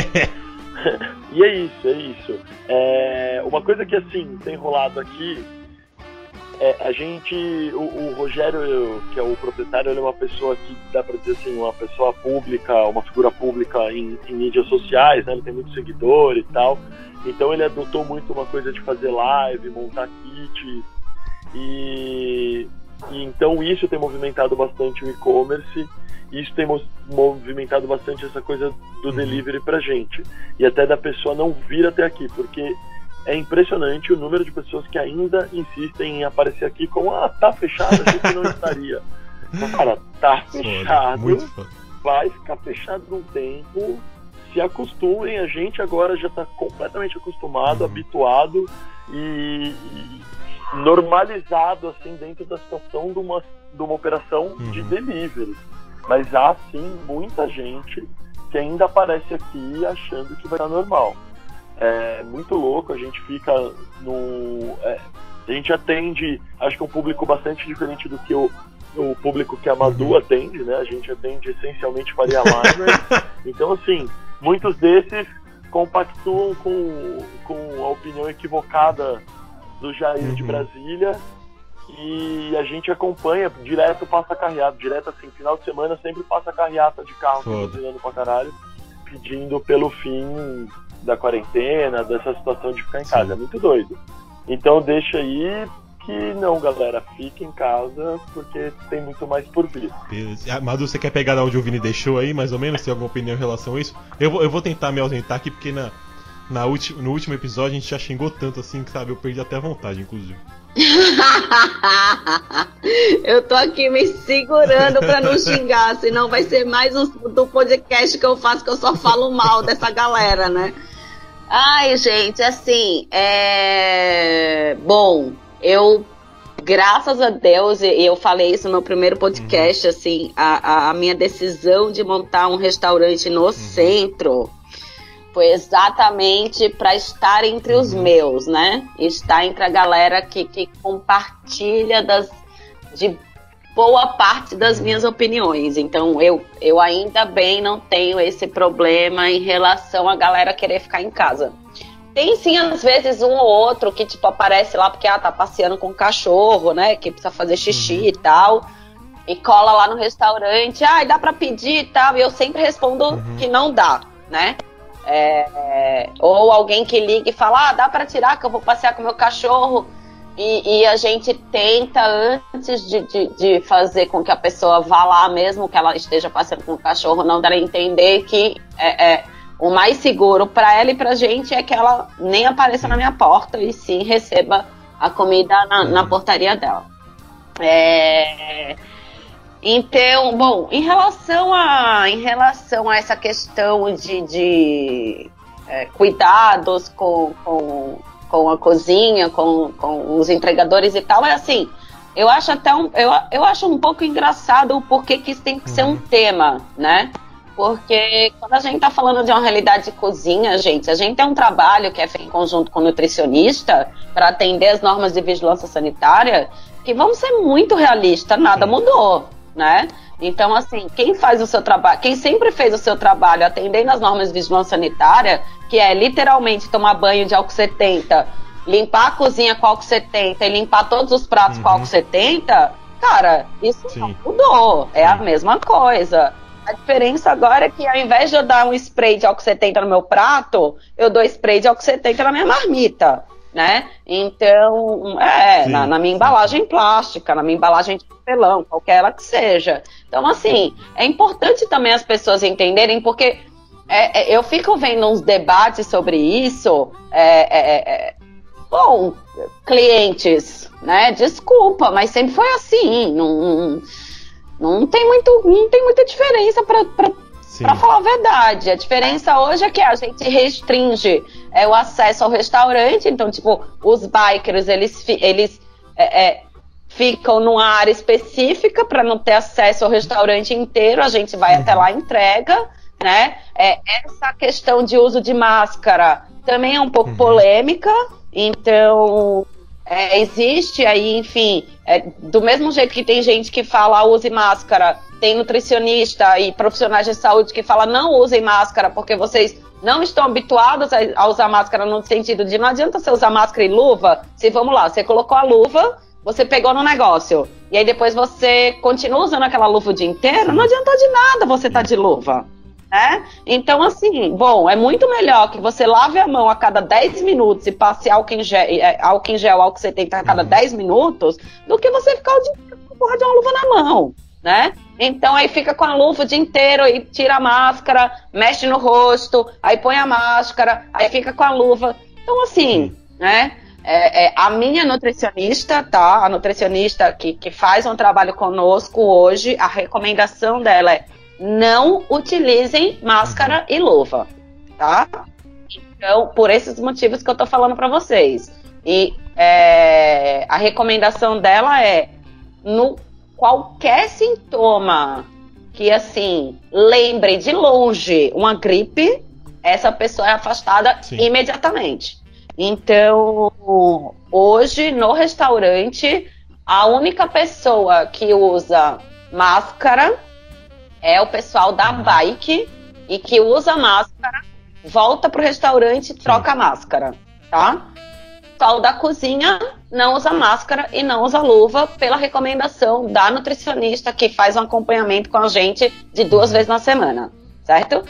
E é isso, é isso. É, uma coisa que, assim, tem rolado aqui, é, a gente, o, o Rogério, que é o proprietário, ele é uma pessoa que, dá pra dizer assim, uma pessoa pública, uma figura pública em, em mídias sociais, né? Ele tem muito seguidor e tal. Então ele adotou muito uma coisa de fazer live, montar kits, e... E então isso tem movimentado bastante o e-commerce, isso tem movimentado bastante essa coisa do delivery pra gente. E até da pessoa não vir até aqui, porque é impressionante o número de pessoas que ainda insistem em aparecer aqui com ah, tá fechado, a gente não estaria. Cara, tá fechado, vai ficar fechado num tempo, se acostumem, a gente agora já tá completamente acostumado, uhum. habituado e... e normalizado assim dentro da situação de uma, de uma operação uhum. de delivery, mas há sim muita gente que ainda aparece aqui achando que vai estar normal. É muito louco, a gente fica no é, a gente atende, acho que um público bastante diferente do que o, o público que a Madu uhum. atende, né? A gente atende essencialmente Faria Limer. Então assim, muitos desses compactuam com, com a opinião equivocada do Jair uhum. de Brasília, e a gente acompanha direto, passa carreata, direto assim, final de semana sempre passa carreata de carro buzinando pra caralho, pedindo pelo fim da quarentena, dessa situação de ficar em casa. Sim. É muito doido. Então deixa aí que não, galera, fique em casa porque tem muito mais por vir. Beleza. Madu, você quer pegar onde o Vini deixou aí, mais ou menos? Tem alguma opinião em relação a isso? Eu vou, eu vou tentar me ausentar aqui porque na Na ulti- no último episódio a gente já xingou tanto assim que, sabe, eu perdi até a vontade, inclusive. Eu tô aqui me segurando pra não xingar, senão vai ser mais um do podcast que eu faço que eu só falo mal dessa galera, né? Ai, gente, assim, é... Bom, eu, graças a Deus, e eu falei isso no primeiro podcast, uhum. assim, a, a minha decisão de montar um restaurante no uhum. centro... foi exatamente para estar entre os uhum. meus, né? Estar entre a galera que, que compartilha das, de boa parte das uhum. minhas opiniões. Então, eu, eu ainda bem não tenho esse problema em relação a galera querer ficar em casa. Tem sim, às vezes, um ou outro que, tipo, aparece lá porque, ah, tá passeando com o cachorro, né? Que precisa fazer xixi uhum. e tal. E cola lá no restaurante. Ah, dá pra pedir e tal. E eu sempre respondo uhum. que não dá, né? É, ou alguém que liga e fala, ah, dá pra tirar que eu vou passear com meu cachorro, e, e a gente tenta, antes de, de, de fazer com que a pessoa vá lá, mesmo que ela esteja passeando com o cachorro, não dar a entender que é, é, o mais seguro pra ela e pra gente é que ela nem apareça na minha porta e sim receba a comida na, na portaria dela. É... Então, bom, em relação a, em relação a essa questão de, de é, cuidados com, com, com a cozinha, com, com os entregadores e tal, é assim, eu acho até um, eu, eu acho um pouco engraçado o porquê que isso tem que uhum. ser um tema, né? Porque quando a gente está falando de uma realidade de cozinha, gente, a gente tem um trabalho que é feito em conjunto com o nutricionista para atender as normas de vigilância sanitária, que vamos ser muito realistas, nada mudou, né? Então, assim, quem faz o seu trabalho, quem sempre fez o seu trabalho atendendo as normas de vigilância sanitária, que é literalmente tomar banho de álcool setenta, limpar a cozinha com álcool setenta e limpar todos os pratos uhum. com álcool setenta, cara, isso Sim. não mudou, é Sim. a mesma coisa. A diferença agora é que ao invés de eu dar um spray de álcool setenta no meu prato, eu dou spray de álcool setenta na minha marmita, né? Então, é, sim, na, na minha sim. embalagem plástica, na minha embalagem de papelão, qualquer ela que seja. Então, assim, é importante também as pessoas entenderem, porque é, é, eu fico vendo uns debates sobre isso, é, é, é, bom, clientes, né? Desculpa, mas sempre foi assim, não... Não tem, muito, não tem muita diferença para falar a verdade. A diferença hoje é que a gente restringe é, o acesso ao restaurante. Então, tipo, os bikers, eles, eles é, é, ficam numa área específica para não ter acesso ao restaurante inteiro. A gente vai uhum. até lá e entrega, né? É, essa questão de uso de máscara também é um pouco uhum. polêmica. Então... É, existe aí, enfim, é, do mesmo jeito que tem gente que fala use máscara, tem nutricionista e profissionais de saúde que falam não usem máscara porque vocês não estão habituados a, a usar máscara no sentido de não adianta você usar máscara e luva, se vamos lá, você colocou a luva, você pegou no negócio, e aí depois você continua usando aquela luva o dia inteiro, não adiantou de nada você estar tá de luva. Né? Então, assim, bom, é muito melhor que você lave a mão a cada dez minutos e passe álcool em gel, álcool em gel, álcool setenta a cada uhum. dez minutos, do que você ficar o dia inteiro com a porra de uma luva na mão, né? Então, aí fica com a luva o dia inteiro e tira a máscara, mexe no rosto, aí põe a máscara, aí fica com a luva. Então, assim, né? É, é, a minha nutricionista, tá? A nutricionista que, que faz um trabalho conosco hoje, a recomendação dela é não utilizem máscara e luva, tá? Então, por esses motivos que eu tô falando para vocês. E é, a recomendação dela é, no qualquer sintoma que, assim, lembre de longe uma gripe, essa pessoa é afastada Sim. imediatamente. Então, hoje, no restaurante, a única pessoa que usa máscara é o pessoal da bike e que usa máscara, volta pro restaurante e troca a máscara, tá? O pessoal da cozinha não usa máscara e não usa luva pela recomendação da nutricionista que faz um acompanhamento com a gente de duas vezes na semana, certo?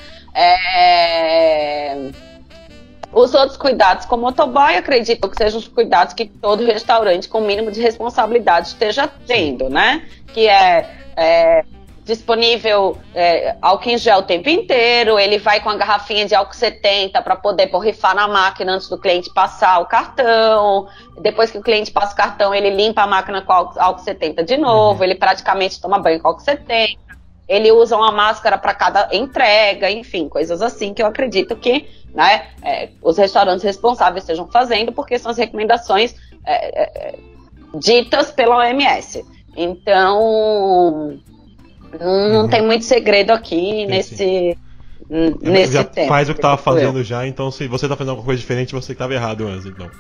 É... Os outros cuidados com o motoboy, acredito que sejam os cuidados que todo restaurante com mínimo de responsabilidade esteja tendo, né? Que é... é... disponível é, álcool em gel o tempo inteiro, ele vai com a garrafinha de álcool setenta para poder borrifar na máquina antes do cliente passar o cartão, depois que o cliente passa o cartão, ele limpa a máquina com álcool, álcool setenta de novo, uhum. ele praticamente toma banho com álcool setenta, ele usa uma máscara para cada entrega, enfim, coisas assim que eu acredito que, né, é, os restaurantes responsáveis estejam fazendo, porque são as recomendações é, é, ditas pela O M S. Então... Não, não uhum. tem muito segredo aqui nesse, nesse já tempo. Faz o que estava fazendo eu. já, então se você está fazendo alguma coisa diferente, você que estava errado antes, então.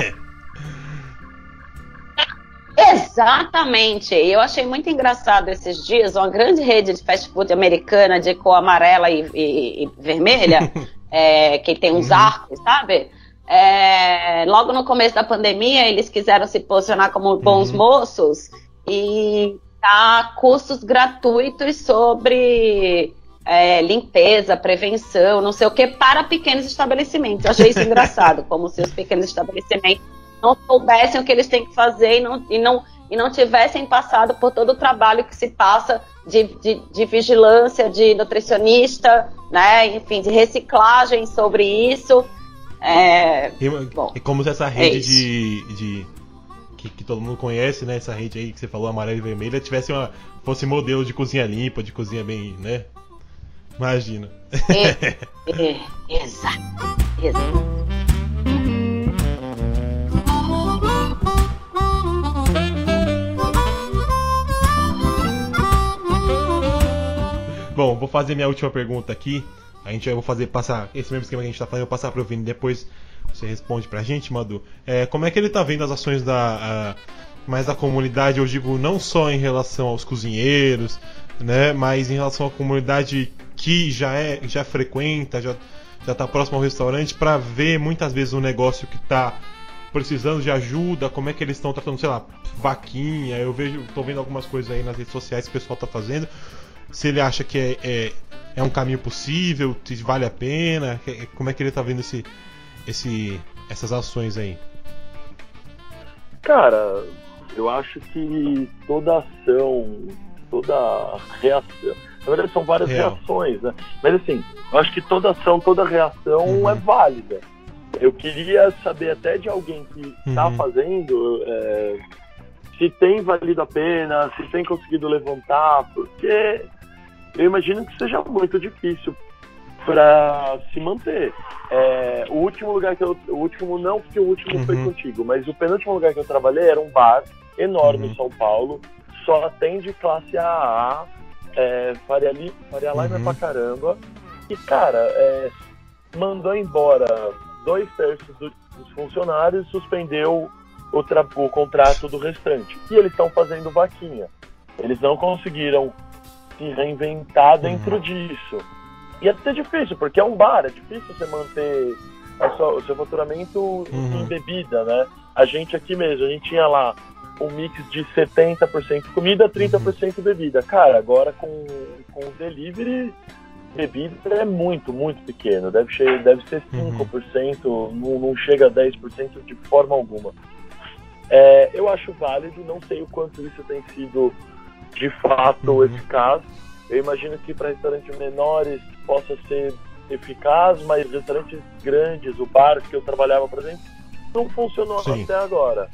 É. Exatamente. Eu achei muito engraçado esses dias, uma grande rede de fast food americana de cor amarela e, e, e vermelha, é, que tem uns uhum. arcos, sabe? É, logo no começo da pandemia, eles quiseram se posicionar como bons uhum. moços e... cursos gratuitos sobre é, limpeza, prevenção, não sei o que, para pequenos estabelecimentos. Eu achei isso engraçado, como se os pequenos estabelecimentos não soubessem o que eles têm que fazer e não, e não, e não tivessem passado por todo o trabalho que se passa de, de, de vigilância, de nutricionista, né, enfim, de reciclagem sobre isso. É, e, bom, e como se essa rede é de... de... Que, que todo mundo conhece, né? Essa rede aí que você falou, amarela e vermelha, tivesse uma, fosse modelo de cozinha limpa, de cozinha bem, né? Imagina. É, é, exato, exato. Bom, vou fazer minha última pergunta aqui. A gente eu vou fazer, passar, esse mesmo esquema que a gente tá fazendo, eu vou passar pro Vini, depois você responde pra gente, Madu. É, como é que ele tá vendo as ações da, a, mais da comunidade, eu digo, não só em relação aos cozinheiros, né, mas em relação à comunidade que já, é, já frequenta, já, já tá próximo ao restaurante, pra ver muitas vezes um negócio que tá precisando de ajuda, como é que eles estão tratando, sei lá, vaquinha. Eu vejo, tô vendo algumas coisas aí nas redes sociais que o pessoal tá fazendo. Se ele acha que é, é, é um caminho possível, se vale a pena, como é que ele tá vendo esse, esse, essas ações aí? Cara, eu acho que toda ação, toda reação, na verdade são várias Real. reações, né? Mas assim, eu acho que toda ação, toda reação uhum. é válida. Eu queria saber até de alguém que está uhum. fazendo é, se tem valido a pena, se tem conseguido levantar, porque eu imagino que seja muito difícil para se manter. É, o último lugar que eu... O último não, porque o último uhum. foi contigo, mas o penúltimo lugar que eu trabalhei era um bar enorme uhum. em São Paulo, só atende classe A A, é, Faria, Li, Faria Lima uhum. é pra caramba, e cara, é, mandou embora dois terços dos funcionários, suspendeu o, tra- o contrato do restante. E eles estão fazendo vaquinha. Eles não conseguiram se reinventar dentro uhum. disso. E é até difícil, porque é um bar, é difícil você manter a sua, o seu faturamento uhum. em bebida, né? A gente aqui mesmo, a gente tinha lá um mix de setenta por cento comida, trinta por cento uhum. bebida. Cara, agora com, com o delivery, bebida é muito, muito pequeno. Deve ser, deve ser cinco por cento, uhum. não, não chega a dez por cento de forma alguma. É, eu acho válido, não sei o quanto isso tem sido de fato uhum. eficaz. Eu imagino que para restaurantes menores possa ser eficaz, mas restaurantes grandes, o bar que eu trabalhava, por exemplo, não funcionou Sim. até agora.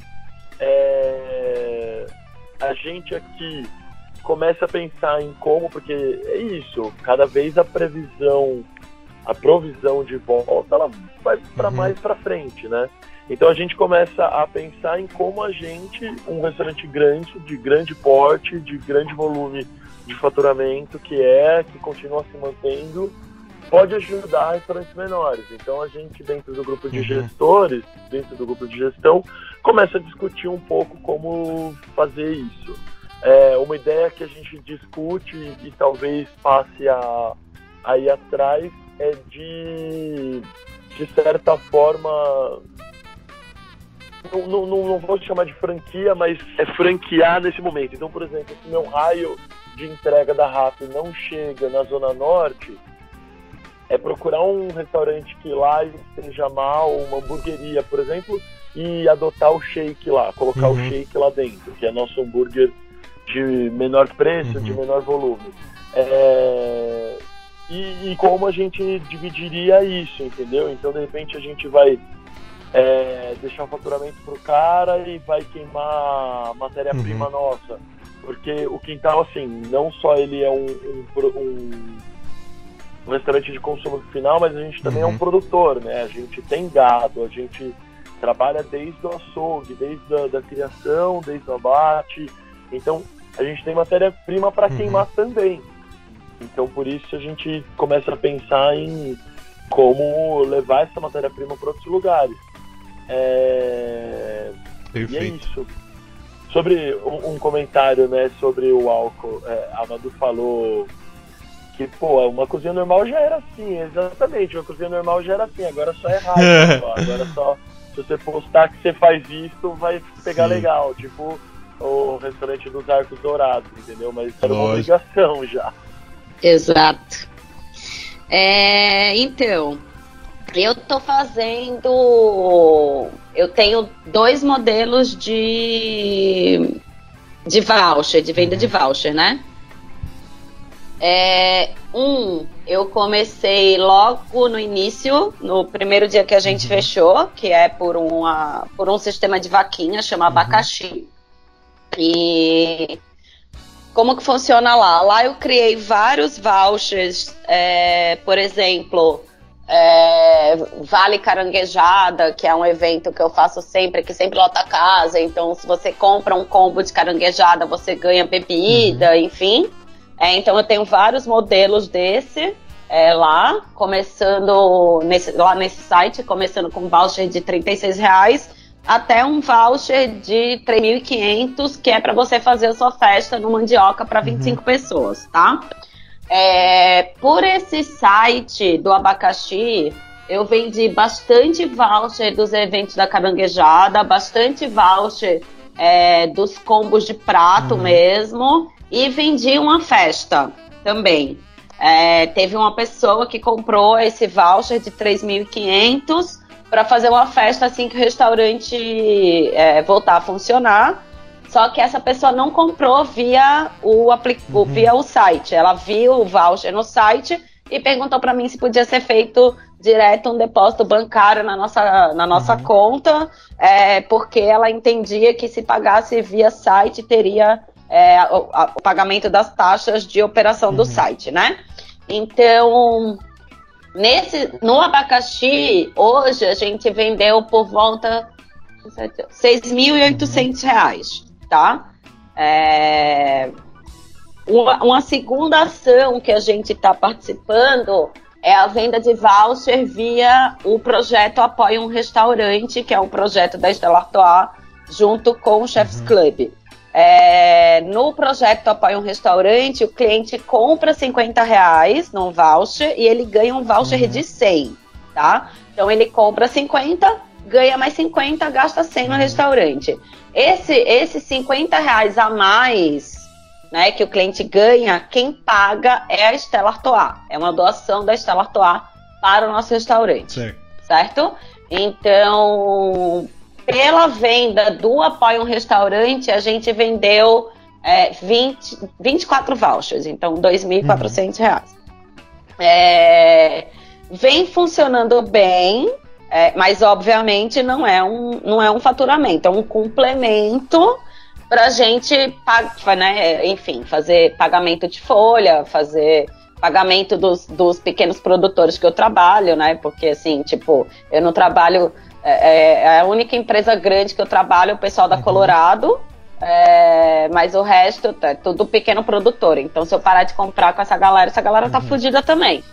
É... A gente aqui começa a pensar em como, porque é isso, cada vez a previsão, a provisão de volta, ela vai para uhum. mais para frente, né? Então a gente começa a pensar em como a gente, um restaurante grande, de grande porte, de grande volume de faturamento, que é, que continua se mantendo, pode ajudar restaurantes menores. Então a gente, dentro do grupo de uhum. gestores, dentro do grupo de gestão, começa a discutir um pouco como fazer isso. É uma ideia que a gente discute e talvez passe a, a ir atrás é de, de certa forma, não, não, não vou chamar de franquia, mas é franquear nesse momento. Então, por exemplo, se meu raio de entrega da Rappi não chega na Zona Norte, é procurar um restaurante que lá esteja mal, uma hamburgueria, por exemplo, e adotar o shake lá, colocar uhum. o shake lá dentro, que é nosso hambúrguer de menor preço, uhum. de menor volume. É... E, e como a gente dividiria isso, entendeu? Então, de repente, a gente vai é, deixar o faturamento pro cara e vai queimar a matéria-prima uhum. nossa. Porque o Quintal, assim, não só ele é um, um, um, um restaurante de consumo final, mas a gente também uhum. é um produtor, né? A gente tem gado, a gente trabalha desde o açougue, desde a da criação, desde o abate. Então, a gente tem matéria-prima para uhum. queimar também. Então, por isso, a gente começa a pensar em como levar essa matéria-prima para outros lugares. É... E é isso. Sobre um, um comentário, né, sobre o álcool, é, a Madu falou que, pô, uma cozinha normal já era assim, exatamente, uma cozinha normal já era assim, agora só é rádio, só, agora só, se você postar que você faz isso, vai pegar Sim. legal, tipo o restaurante dos Arcos Dourados, entendeu? Mas era uma obrigação já. Exato. É, então, eu tô fazendo... Eu tenho dois modelos de, de voucher, de venda de voucher, né? É, um, eu comecei logo no início, no primeiro dia que a gente uhum. fechou, que é por, uma, por um sistema de vaquinha, chama uhum. Abacaxi. E como que funciona lá? Lá eu criei vários vouchers, é, por exemplo... É, Vale Caranguejada, que é um evento que eu faço sempre, que sempre lota a casa. Então, se você compra um combo de caranguejada, você ganha bebida, uhum. enfim. É, então eu tenho vários modelos desse é, lá, começando nesse, lá nesse site, começando com um voucher de trinta e seis reais até um voucher de três mil e quinhentos, que é para você fazer a sua festa no Mandioca para vinte e cinco uhum. pessoas, tá? É, por esse site do abacaxi, eu vendi bastante voucher dos eventos da caranguejada, bastante voucher é, dos combos de prato uhum. mesmo, e vendi uma festa também. É, teve uma pessoa que comprou esse voucher de três mil e quinhentos para fazer uma festa assim que o restaurante é, voltar a funcionar. Só que essa pessoa não comprou via o, aplic- uhum. via o site. Ela viu o voucher no site e perguntou para mim se podia ser feito direto um depósito bancário na nossa, na nossa uhum. conta, é, porque ela entendia que se pagasse via site teria é, o, a, o pagamento das taxas de operação uhum. do site, né? Então, nesse, no abacaxi, hoje a gente vendeu por volta de seis mil e oitocentos reais, tá? É, uma, uma segunda ação que a gente está participando é a venda de voucher via o projeto Apoia um Restaurante, que é um projeto da Stella Artois, junto com o Chef's uhum. Club. É, no projeto Apoia um Restaurante, o cliente compra cinquenta reais num voucher e ele ganha um voucher uhum. de cem, tá? Então ele compra cinquenta, ganha mais cinquenta, gasta cem no restaurante. Esse, esses cinquenta reais a mais, né, que o cliente ganha, quem paga é a Stella Artois. É uma doação da Stella Artois para o nosso restaurante. Certo? certo? Então, pela venda do Apoia um Restaurante, a gente vendeu é, vinte, vinte e quatro vouchers, então dois mil e quatrocentos reais. Uhum. É, vem funcionando bem, é, mas obviamente não é, um, não é um faturamento, é um complemento para a gente, né, enfim, fazer pagamento de folha, fazer pagamento dos, dos pequenos produtores que eu trabalho, né? Porque assim, tipo, eu não trabalho. É, é a única empresa grande que eu trabalho, o pessoal da Colorado, é, mas o resto é tudo pequeno produtor. Então, se eu parar de comprar com essa galera, essa galera tá uhum. fodida também.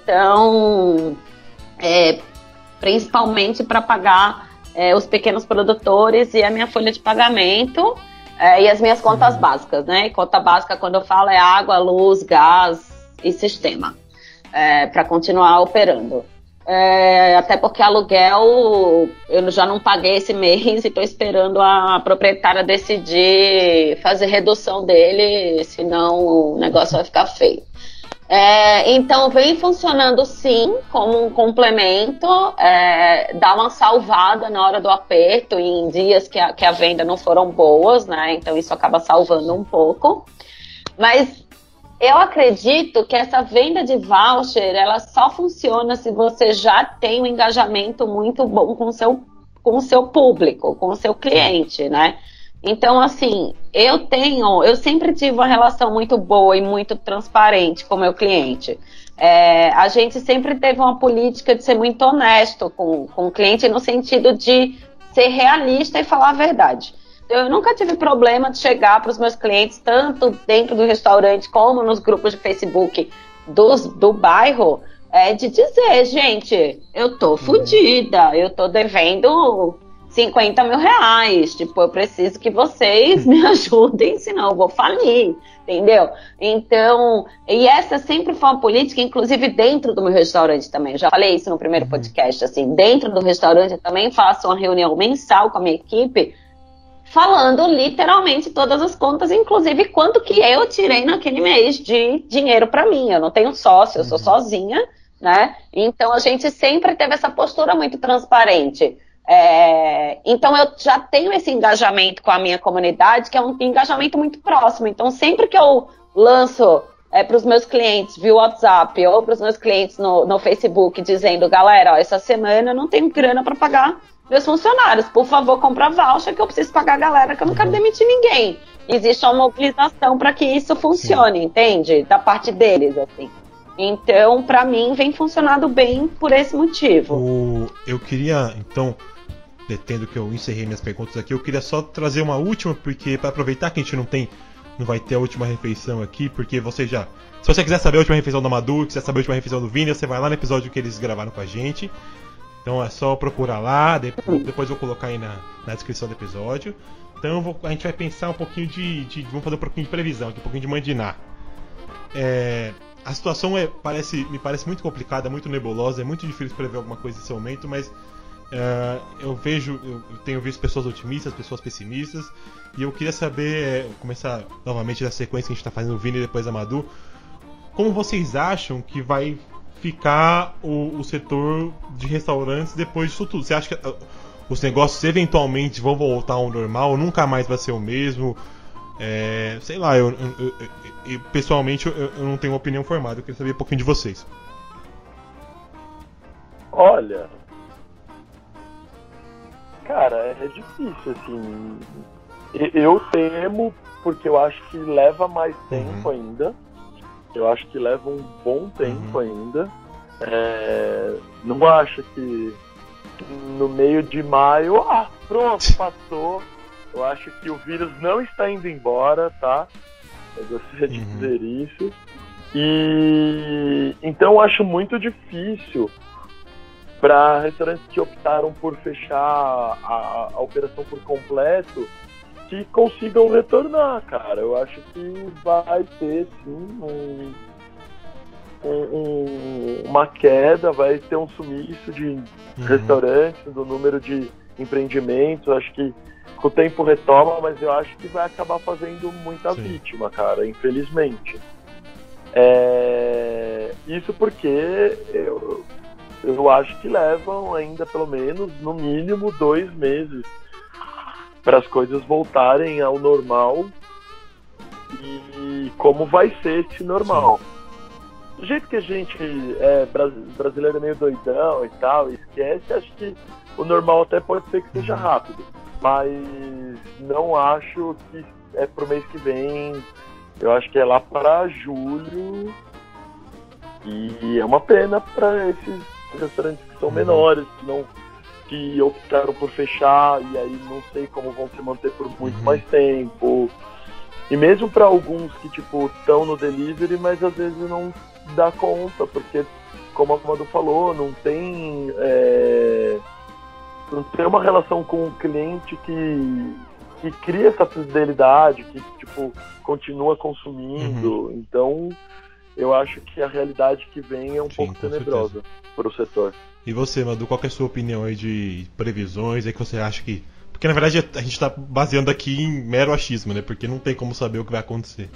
Então, é, principalmente para pagar é, os pequenos produtores e a minha folha de pagamento é, e as minhas contas uhum. básicas, né? Conta básica, quando eu falo, é água, luz, gás e sistema, é, para continuar operando. É, até porque aluguel eu já não paguei esse mês e estou esperando a proprietária decidir fazer redução dele, senão o negócio vai ficar feio. É, então vem funcionando sim como um complemento, é, dá uma salvada na hora do aperto em dias que a, que a venda não foram boas, né? Então isso acaba salvando um pouco, mas eu acredito que essa venda de voucher, ela só funciona se você já tem um engajamento muito bom com o seu, com o seu público, com o seu cliente, né? Então, assim, eu tenho, eu sempre tive uma relação muito boa e muito transparente com o meu cliente. É, a gente sempre teve uma política de ser muito honesto com, com o cliente no sentido de ser realista e falar a verdade. Eu nunca tive problema de chegar para os meus clientes, tanto dentro do restaurante como nos grupos de Facebook dos, do bairro, é, de dizer, gente, eu tô fodida, eu tô devendo cinquenta mil reais, tipo, eu preciso que vocês me ajudem, senão eu vou falir, entendeu? Então, e essa sempre foi uma política, inclusive dentro do meu restaurante também, eu já falei isso no primeiro podcast, assim, dentro do restaurante eu também faço uma reunião mensal com a minha equipe, falando literalmente todas as contas, inclusive quanto que eu tirei naquele mês de dinheiro para mim. Eu não tenho sócio, eu sou sozinha, né? Então a gente sempre teve essa postura muito transparente. É... Então eu já tenho esse engajamento com a minha comunidade, que é um engajamento muito próximo. Então sempre que eu lanço é, para os meus clientes via WhatsApp ou para os meus clientes no, no Facebook dizendo, galera, ó, essa semana eu não tenho grana para pagar meus funcionários, por favor, compra voucher que eu preciso pagar a galera, que eu não quero demitir ninguém. Existe uma mobilização para que isso funcione, Sim. entende? Da parte deles, assim. Então, para mim, vem funcionando bem por esse motivo. O... Eu queria, então, tendo que eu encerrei minhas perguntas aqui, eu queria só trazer uma última, porque para aproveitar que a gente não tem não vai ter a última refeição aqui, porque você já... Se você quiser saber a última refeição do Madu, quiser saber a última refeição do Vini, você vai lá no episódio que eles gravaram com a gente. Então é só procurar lá, depois, depois eu vou colocar aí na, na descrição do episódio. Então eu vou, a gente vai pensar um pouquinho de, de... Vamos fazer um pouquinho de previsão aqui, um pouquinho de mandinar. É, a situação é, parece, me parece muito complicada, muito nebulosa, é muito difícil prever alguma coisa nesse momento, mas uh, eu vejo, eu tenho visto pessoas otimistas, pessoas pessimistas, e eu queria saber, é, começar novamente da sequência que a gente está fazendo o Vini e depois a Madu, como vocês acham que vai ficar o, o setor de restaurantes depois disso tudo? Você acha que uh, os negócios eventualmente vão voltar ao normal, nunca mais vai ser o mesmo? É, sei lá, eu, eu, eu, eu pessoalmente eu, eu não tenho uma opinião formada, eu queria saber um pouquinho de vocês. Olha, cara, é difícil, assim. Eu temo porque eu acho que leva mais tempo uhum. ainda. Eu acho que leva um bom tempo uhum. ainda. É, não acho que no meio de maio, ah, pronto, passou. Eu acho que o vírus não está indo embora, tá? Eu gostaria de uhum. dizer isso. E então eu acho muito difícil para restaurantes que optaram por fechar a, a operação por completo que consigam retornar, cara. Eu acho que vai ter sim um, um, um, uma queda, vai ter um sumiço de uhum. restaurantes, do número de empreendimentos. Eu acho que com o tempo retoma, mas eu acho que vai acabar fazendo muita sim. vítima, cara, infelizmente. É... Isso porque eu, eu acho que levam ainda pelo menos, no mínimo, dois meses para as coisas voltarem ao normal. E como vai ser esse normal? Sim. Do jeito que a gente é brasileiro é meio doidão e tal, esquece, acho que o normal até pode ser que seja rápido. Mas não acho que é pro mês que vem. Eu acho que é lá para julho. E é uma pena para esses restaurantes que são menores, que, não, que optaram por fechar e aí não sei como vão se manter por muito uhum. mais tempo. E mesmo para alguns que tipo estão no delivery, mas às vezes não dá conta, porque como a Madu falou, não tem... É... não ter uma relação com o cliente que, que cria essa fidelidade, que tipo, continua consumindo. Uhum. Então, eu acho que a realidade que vem é um Sim, pouco tenebrosa para o setor. E você, Madu, qual que é a sua opinião aí de previsões? É que você acha que... Porque, na verdade, a gente está baseando aqui em mero achismo, né? Porque não tem como saber o que vai acontecer.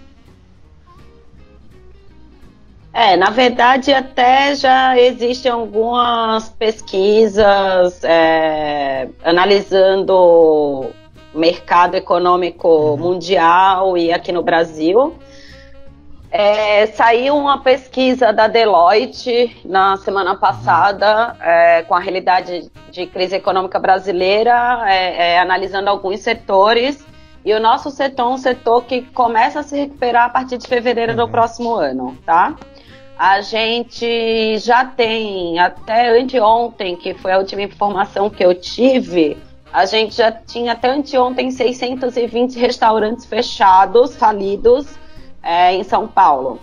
É, na verdade até já existem algumas pesquisas é, analisando o mercado econômico uhum. mundial e aqui no Brasil. É, saiu uma pesquisa da Deloitte na semana passada uhum. é, com a realidade de crise econômica brasileira, é, é, analisando alguns setores. E o nosso setor é um setor que começa a se recuperar a partir de fevereiro uhum. do próximo ano, tá? A gente já tem, até anteontem, que foi a última informação que eu tive, a gente já tinha até anteontem seiscentos e vinte restaurantes fechados, falidos, é, em São Paulo.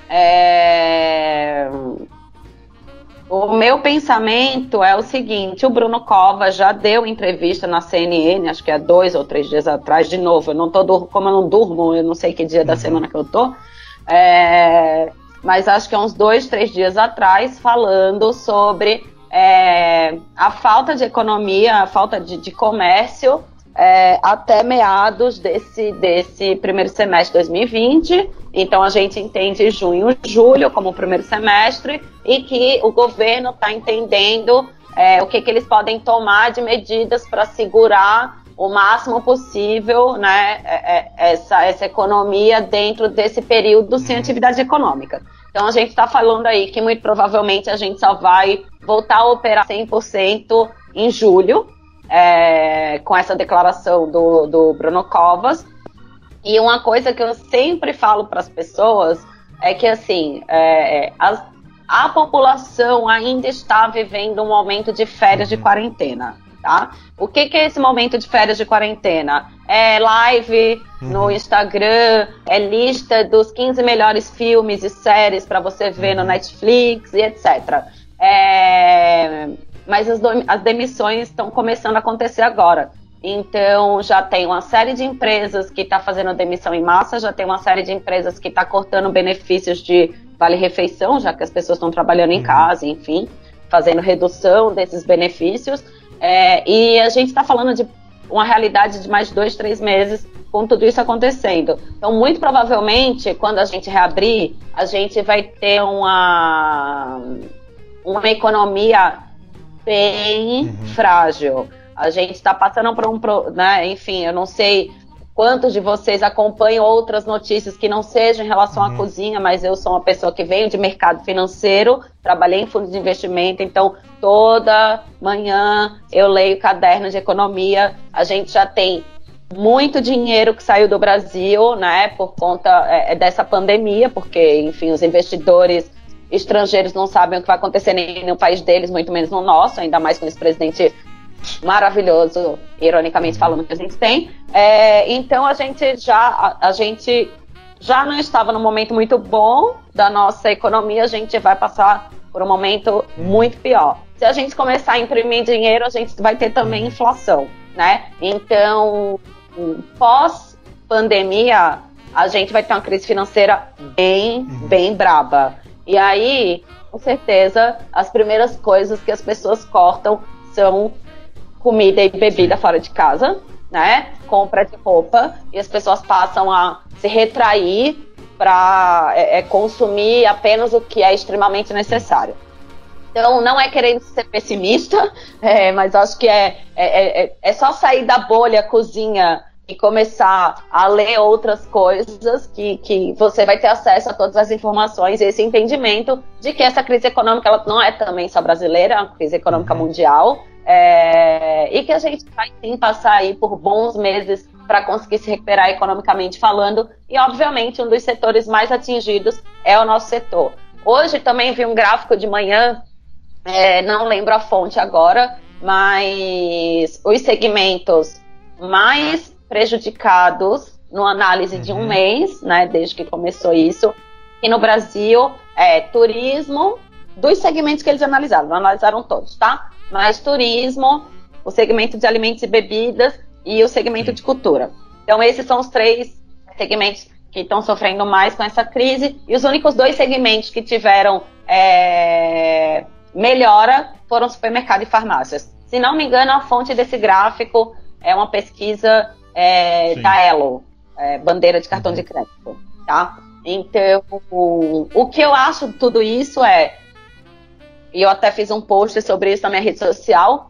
É... O meu pensamento é o seguinte, o Bruno Covas já deu entrevista na C N N, acho que há dois ou três dias atrás, de novo, eu não tô, como eu não durmo, eu não sei que dia uhum. da semana que eu tô, é... mas acho que há uns dois, três dias atrás, falando sobre é, a falta de economia, a falta de, de comércio é, até meados desse, desse primeiro semestre de dois mil e vinte. Então a gente entende junho e julho como o primeiro semestre e que o governo está entendendo é, o que, que eles podem tomar de medidas para segurar o máximo possível, né, essa, essa economia dentro desse período sem atividade econômica. Então a gente está falando aí que muito provavelmente a gente só vai voltar a operar cem por cento em julho, é, com essa declaração do, do Bruno Covas. E uma coisa que eu sempre falo para as pessoas é que assim, é, a, a população ainda está vivendo um momento de férias de quarentena. tá? O que, que é esse momento de férias de quarentena? É live uhum. no Instagram, é lista dos quinze melhores filmes e séries para você ver uhum. no Netflix e etcétera. É... Mas as, do... as demissões estão começando a acontecer agora. Então, já tem uma série de empresas que está fazendo demissão em massa, já tem uma série de empresas que está cortando benefícios de vale-refeição, já que as pessoas estão trabalhando em casa, enfim, fazendo redução desses benefícios. É, e a gente está falando de uma realidade de mais de dois, três meses com tudo isso acontecendo. Então, muito provavelmente, quando a gente reabrir, a gente vai ter uma, uma economia bem uhum. frágil. A gente está passando por um... Né, enfim, eu não sei quantos de vocês acompanham outras notícias que não sejam em relação uhum. à cozinha, mas eu sou uma pessoa que veio de mercado financeiro, trabalhei em fundos de investimento, então toda manhã eu leio caderno de economia. A gente já tem muito dinheiro que saiu do Brasil, né, por conta é, dessa pandemia, porque, enfim, os investidores estrangeiros não sabem o que vai acontecer nem no país deles, muito menos no nosso, ainda mais com esse presidente maravilhoso, ironicamente falando, que a gente tem. É, então a gente já a, a gente já não estava num momento muito bom da nossa economia, a gente vai passar por um momento muito pior. Se a gente começar a imprimir dinheiro, a gente vai ter também inflação, né? Então, pós-pandemia, a gente vai ter uma crise financeira bem, bem braba. E aí, com certeza, as primeiras coisas que as pessoas cortam são comida e bebida fora de casa, né? Compra de roupa, e as pessoas passam a se retrair para é, é, consumir apenas o que é extremamente necessário. Então, não é querendo ser pessimista, é, mas acho que é, é, é, é só sair da bolha cozinha e começar a ler outras coisas que, que você vai ter acesso a todas as informações e esse entendimento de que essa crise econômica ela não é também só brasileira, é uma crise econômica uhum. mundial. É, e que a gente vai sim passar aí por bons meses para conseguir se recuperar economicamente falando, e obviamente um dos setores mais atingidos é o nosso setor. Hoje também vi um gráfico de manhã, é, não lembro a fonte agora, mas os segmentos mais prejudicados no análise uhum. de um mês, né, desde que começou isso, e no Brasil é turismo, dos segmentos que eles analisaram, não analisaram todos, tá? Mas turismo, o segmento de alimentos e bebidas e o segmento de cultura. Então esses são os três segmentos que estão sofrendo mais com essa crise, e os únicos dois segmentos que tiveram é, melhora foram supermercado e farmácias. Se não me engano, a fonte desse gráfico é uma pesquisa é, da Elo, é, bandeira de cartão uhum. de crédito, tá? Então, o, o que eu acho de tudo isso é, e eu até fiz um post sobre isso na minha rede social,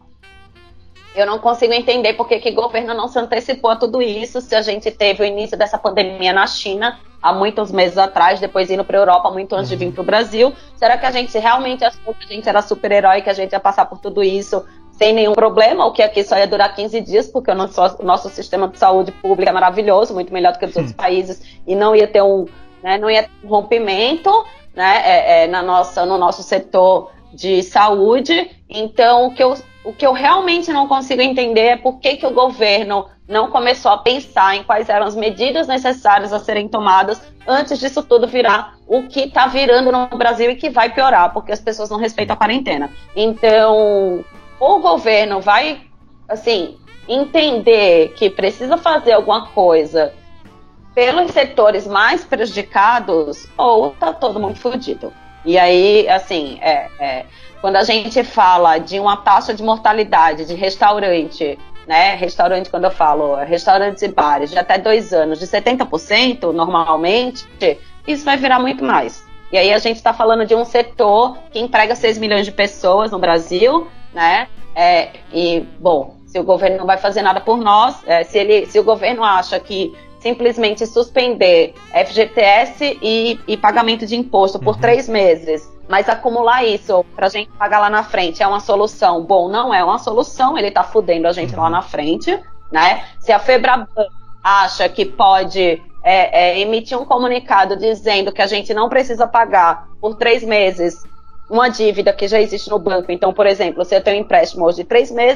eu não consigo entender por que o governo não se antecipou a tudo isso, se a gente teve o início dessa pandemia na China há muitos meses atrás, depois indo para a Europa muito antes uhum. de vir para o Brasil. Será que a gente realmente achou que a gente era super-herói, que a gente ia passar por tudo isso sem nenhum problema, ou que aqui só ia durar quinze dias, porque o nosso, o nosso sistema de saúde pública é maravilhoso, muito melhor do que os outros países, e não ia ter um, né, não ia ter um rompimento, né, é, é, na nossa, no nosso setor de saúde. Então, o que, eu, o que eu realmente não consigo entender é por que, que o governo não começou a pensar em quais eram as medidas necessárias a serem tomadas antes disso tudo virar o que está virando no Brasil e que vai piorar, porque as pessoas não respeitam a quarentena. Então, o governo vai, assim, entender que precisa fazer alguma coisa pelos setores mais prejudicados, ou tá todo mundo fudido. E aí, assim, é, é, quando a gente fala de uma taxa de mortalidade de restaurante, né, restaurante, quando eu falo restaurantes e bares de até dois anos, de setenta por cento normalmente, isso vai virar muito mais. E aí a gente está falando de um setor que emprega seis milhões de pessoas no Brasil, né, é, e, bom, se o governo não vai fazer nada por nós, é, se, ele, se o governo acha que simplesmente suspender F G T S e, e pagamento de imposto por uhum. três meses, mas acumular isso pra gente pagar lá na frente é uma solução. Bom, não é uma solução, ele tá fudendo a gente uhum. lá na frente, né? Se a Febraban acha que pode é, é, emitir um comunicado dizendo que a gente não precisa pagar por três meses uma dívida que já existe no banco, então, por exemplo, se eu tenho um empréstimo hoje de três meses,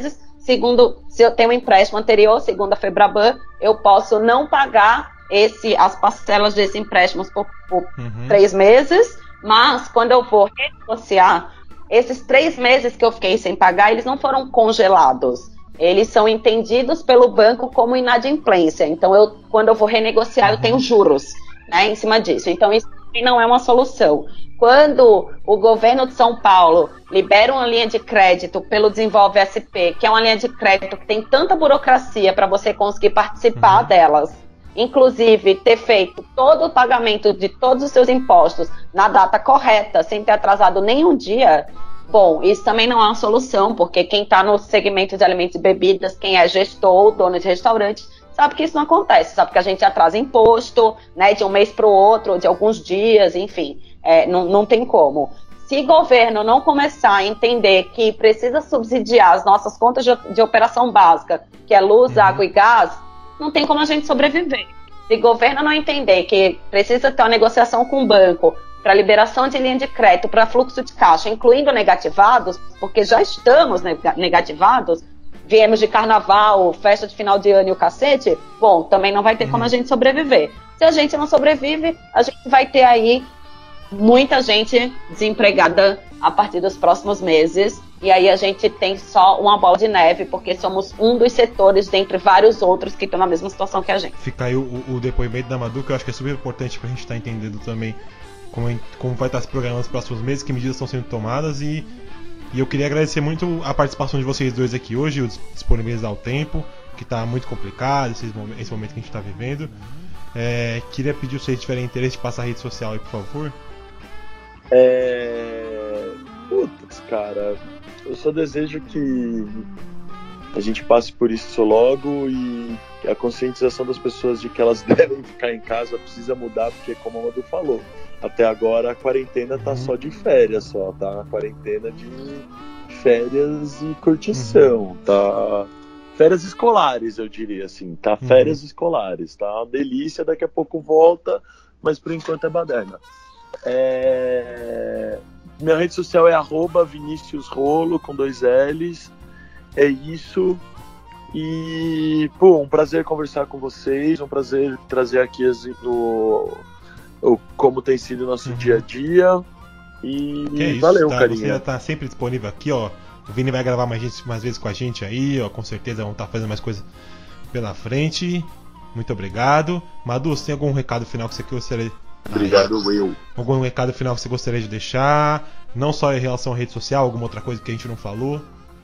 segundo, se eu tenho um empréstimo anterior, segundo a Febraban, eu posso não pagar esse, as parcelas desse empréstimo por, por uhum. três meses, mas quando eu vou renegociar, esses três meses que eu fiquei sem pagar, eles não foram congelados. Eles são entendidos pelo banco como inadimplência. Então, eu, quando eu vou renegociar, uhum. eu tenho juros, né, em cima disso. Então, isso não é uma solução. Quando o governo de São Paulo libera uma linha de crédito pelo Desenvolve S P, que é uma linha de crédito que tem tanta burocracia para você conseguir participar uhum. delas, inclusive ter feito todo o pagamento de todos os seus impostos na data correta, sem ter atrasado nenhum dia, bom, isso também não é uma solução, porque quem está no segmento de alimentos e bebidas, quem é gestor, dono de restaurante, sabe que isso não acontece, sabe que a gente atrasa imposto, né, de um mês para o outro, de alguns dias, enfim. É, não, não tem como. Se o governo não começar a entender que precisa subsidiar as nossas contas de, de operação básica, que é luz, uhum. água e gás, não tem como a gente sobreviver. Se o governo não entender que precisa ter uma negociação com o banco para liberação de linha de crédito, para fluxo de caixa, incluindo negativados, porque já estamos negativados, viemos de carnaval, festa de final de ano e o cacete, bom, também não vai ter uhum. como a gente sobreviver. Se a gente não sobrevive, a gente vai ter aí muita gente desempregada a partir dos próximos meses, e aí a gente tem só uma bola de neve, porque somos um dos setores dentre vários outros que estão na mesma situação que a gente. Fica aí o, o depoimento da Madu, que eu acho que é super importante pra gente estar tá entendendo também como, como vai estar se programando nos próximos meses, que medidas estão sendo tomadas, e, e eu queria agradecer muito a participação de vocês dois aqui hoje, o disponibilizar o tempo, que está muito complicado, esse momento, esse momento que a gente está vivendo. É, queria pedir se vocês tiverem interesse de passar a rede social aí, por favor. É... Putz, cara, eu só desejo que a gente passe por isso logo e a conscientização das pessoas de que elas devem ficar em casa precisa mudar, porque como a Madu falou, até agora a quarentena tá só de férias só, tá? A quarentena de férias e curtição, uhum. tá? Férias escolares, eu diria assim, tá? Férias uhum. escolares, tá? Uma delícia, daqui a pouco volta, mas por enquanto é baderna. É... Minha rede social é arroba Vinícius Rolo, com dois L's. É isso. E, pô, um prazer conversar com vocês, um prazer trazer aqui o, o, como tem sido o nosso uhum. dia a dia. E que é isso, valeu, tá, carinha. Você já tá sempre disponível aqui, ó. O Vini vai gravar mais, gente, mais vezes com a gente aí, ó. Com certeza vão estar fazendo mais coisas pela frente. Muito obrigado. Madu, você tem algum recado final que você gostaria de... Obrigado, Will. Algum recado final que você gostaria de deixar? Não só em relação à rede social, alguma outra coisa que a gente não falou?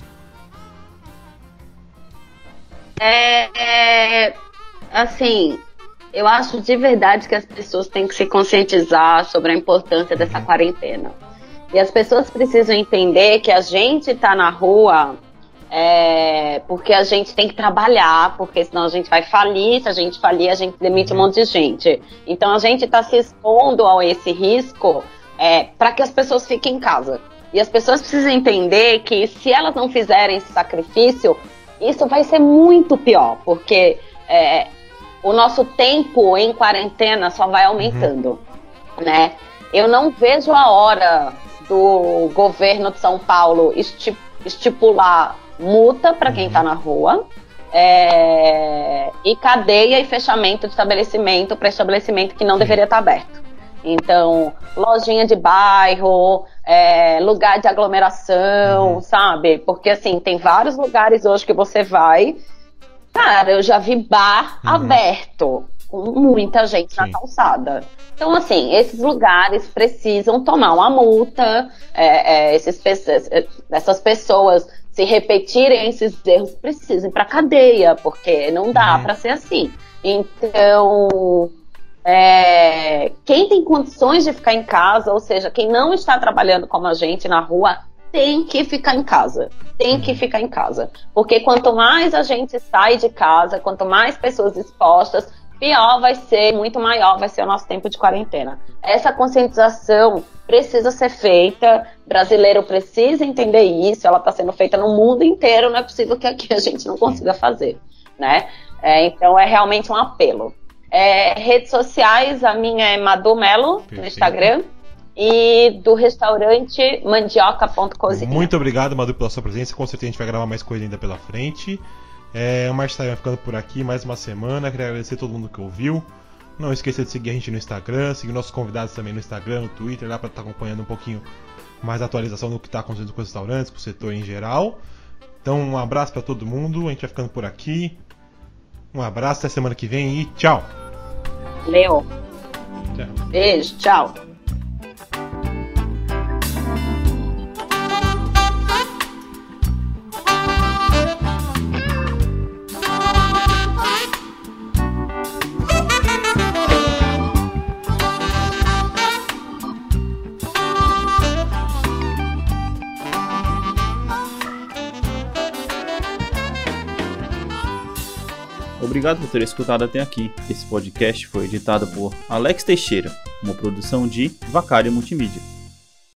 É, é, assim, eu acho de verdade que as pessoas têm que se conscientizar sobre a importância uhum. dessa quarentena. E as pessoas precisam entender que a gente tá na rua é, porque a gente tem que trabalhar, porque senão a gente vai falir, se a gente falir a gente demite um monte de gente. Então a gente tá se expondo a esse risco é, para que as pessoas fiquem em casa. E as pessoas precisam entender que se elas não fizerem esse sacrifício, isso vai ser muito pior, porque é, o nosso tempo em quarentena só vai aumentando, uhum. né? Eu não vejo a hora do governo de São Paulo estipular multa para quem está na rua é, e cadeia e fechamento de estabelecimento para estabelecimento que não deveria estar aberto. Então, lojinha de bairro, é, lugar de aglomeração, uhum. sabe? Porque assim, tem vários lugares hoje que você vai, cara, eu já vi bar uhum. aberto com muita gente Sim. na calçada. Então, assim, esses lugares precisam tomar uma multa, é, é, esses, essas pessoas, se repetirem esses erros, precisam ir pra cadeia, porque não dá uhum. pra ser assim. Então, é, quem tem condições de ficar em casa, ou seja, quem não está trabalhando como a gente na rua, tem que ficar em casa. Tem que ficar em casa. Porque quanto mais a gente sai de casa, quanto mais pessoas expostas, pior vai ser, muito maior vai ser o nosso tempo de quarentena. Essa conscientização precisa ser feita, o brasileiro precisa entender isso, ela está sendo feita no mundo inteiro, não é possível que aqui a gente não consiga fazer, né? É, então é realmente um apelo. É, redes sociais, a minha é Madu Melo, no Instagram, e do restaurante mandioca ponto cozinha. Muito obrigado, Madu, pela sua presença. Com certeza a gente vai gravar mais coisa ainda pela frente. É, o Marcelo vai ficando por aqui mais uma semana. Queria agradecer a todo mundo que ouviu. Não esqueça de seguir a gente no Instagram, seguir nossos convidados também no Instagram, no Twitter, lá para estar acompanhando um pouquinho mais a atualização do que está acontecendo com os restaurantes, com o setor em geral. Então, um abraço para todo mundo. A gente vai ficando por aqui. Um abraço, até semana que vem e tchau. Valeu. Tchau. Beijo, tchau. Obrigado por ter escutado até aqui. Esse podcast foi editado por Alex Teixeira, uma produção de Vacário Multimídia.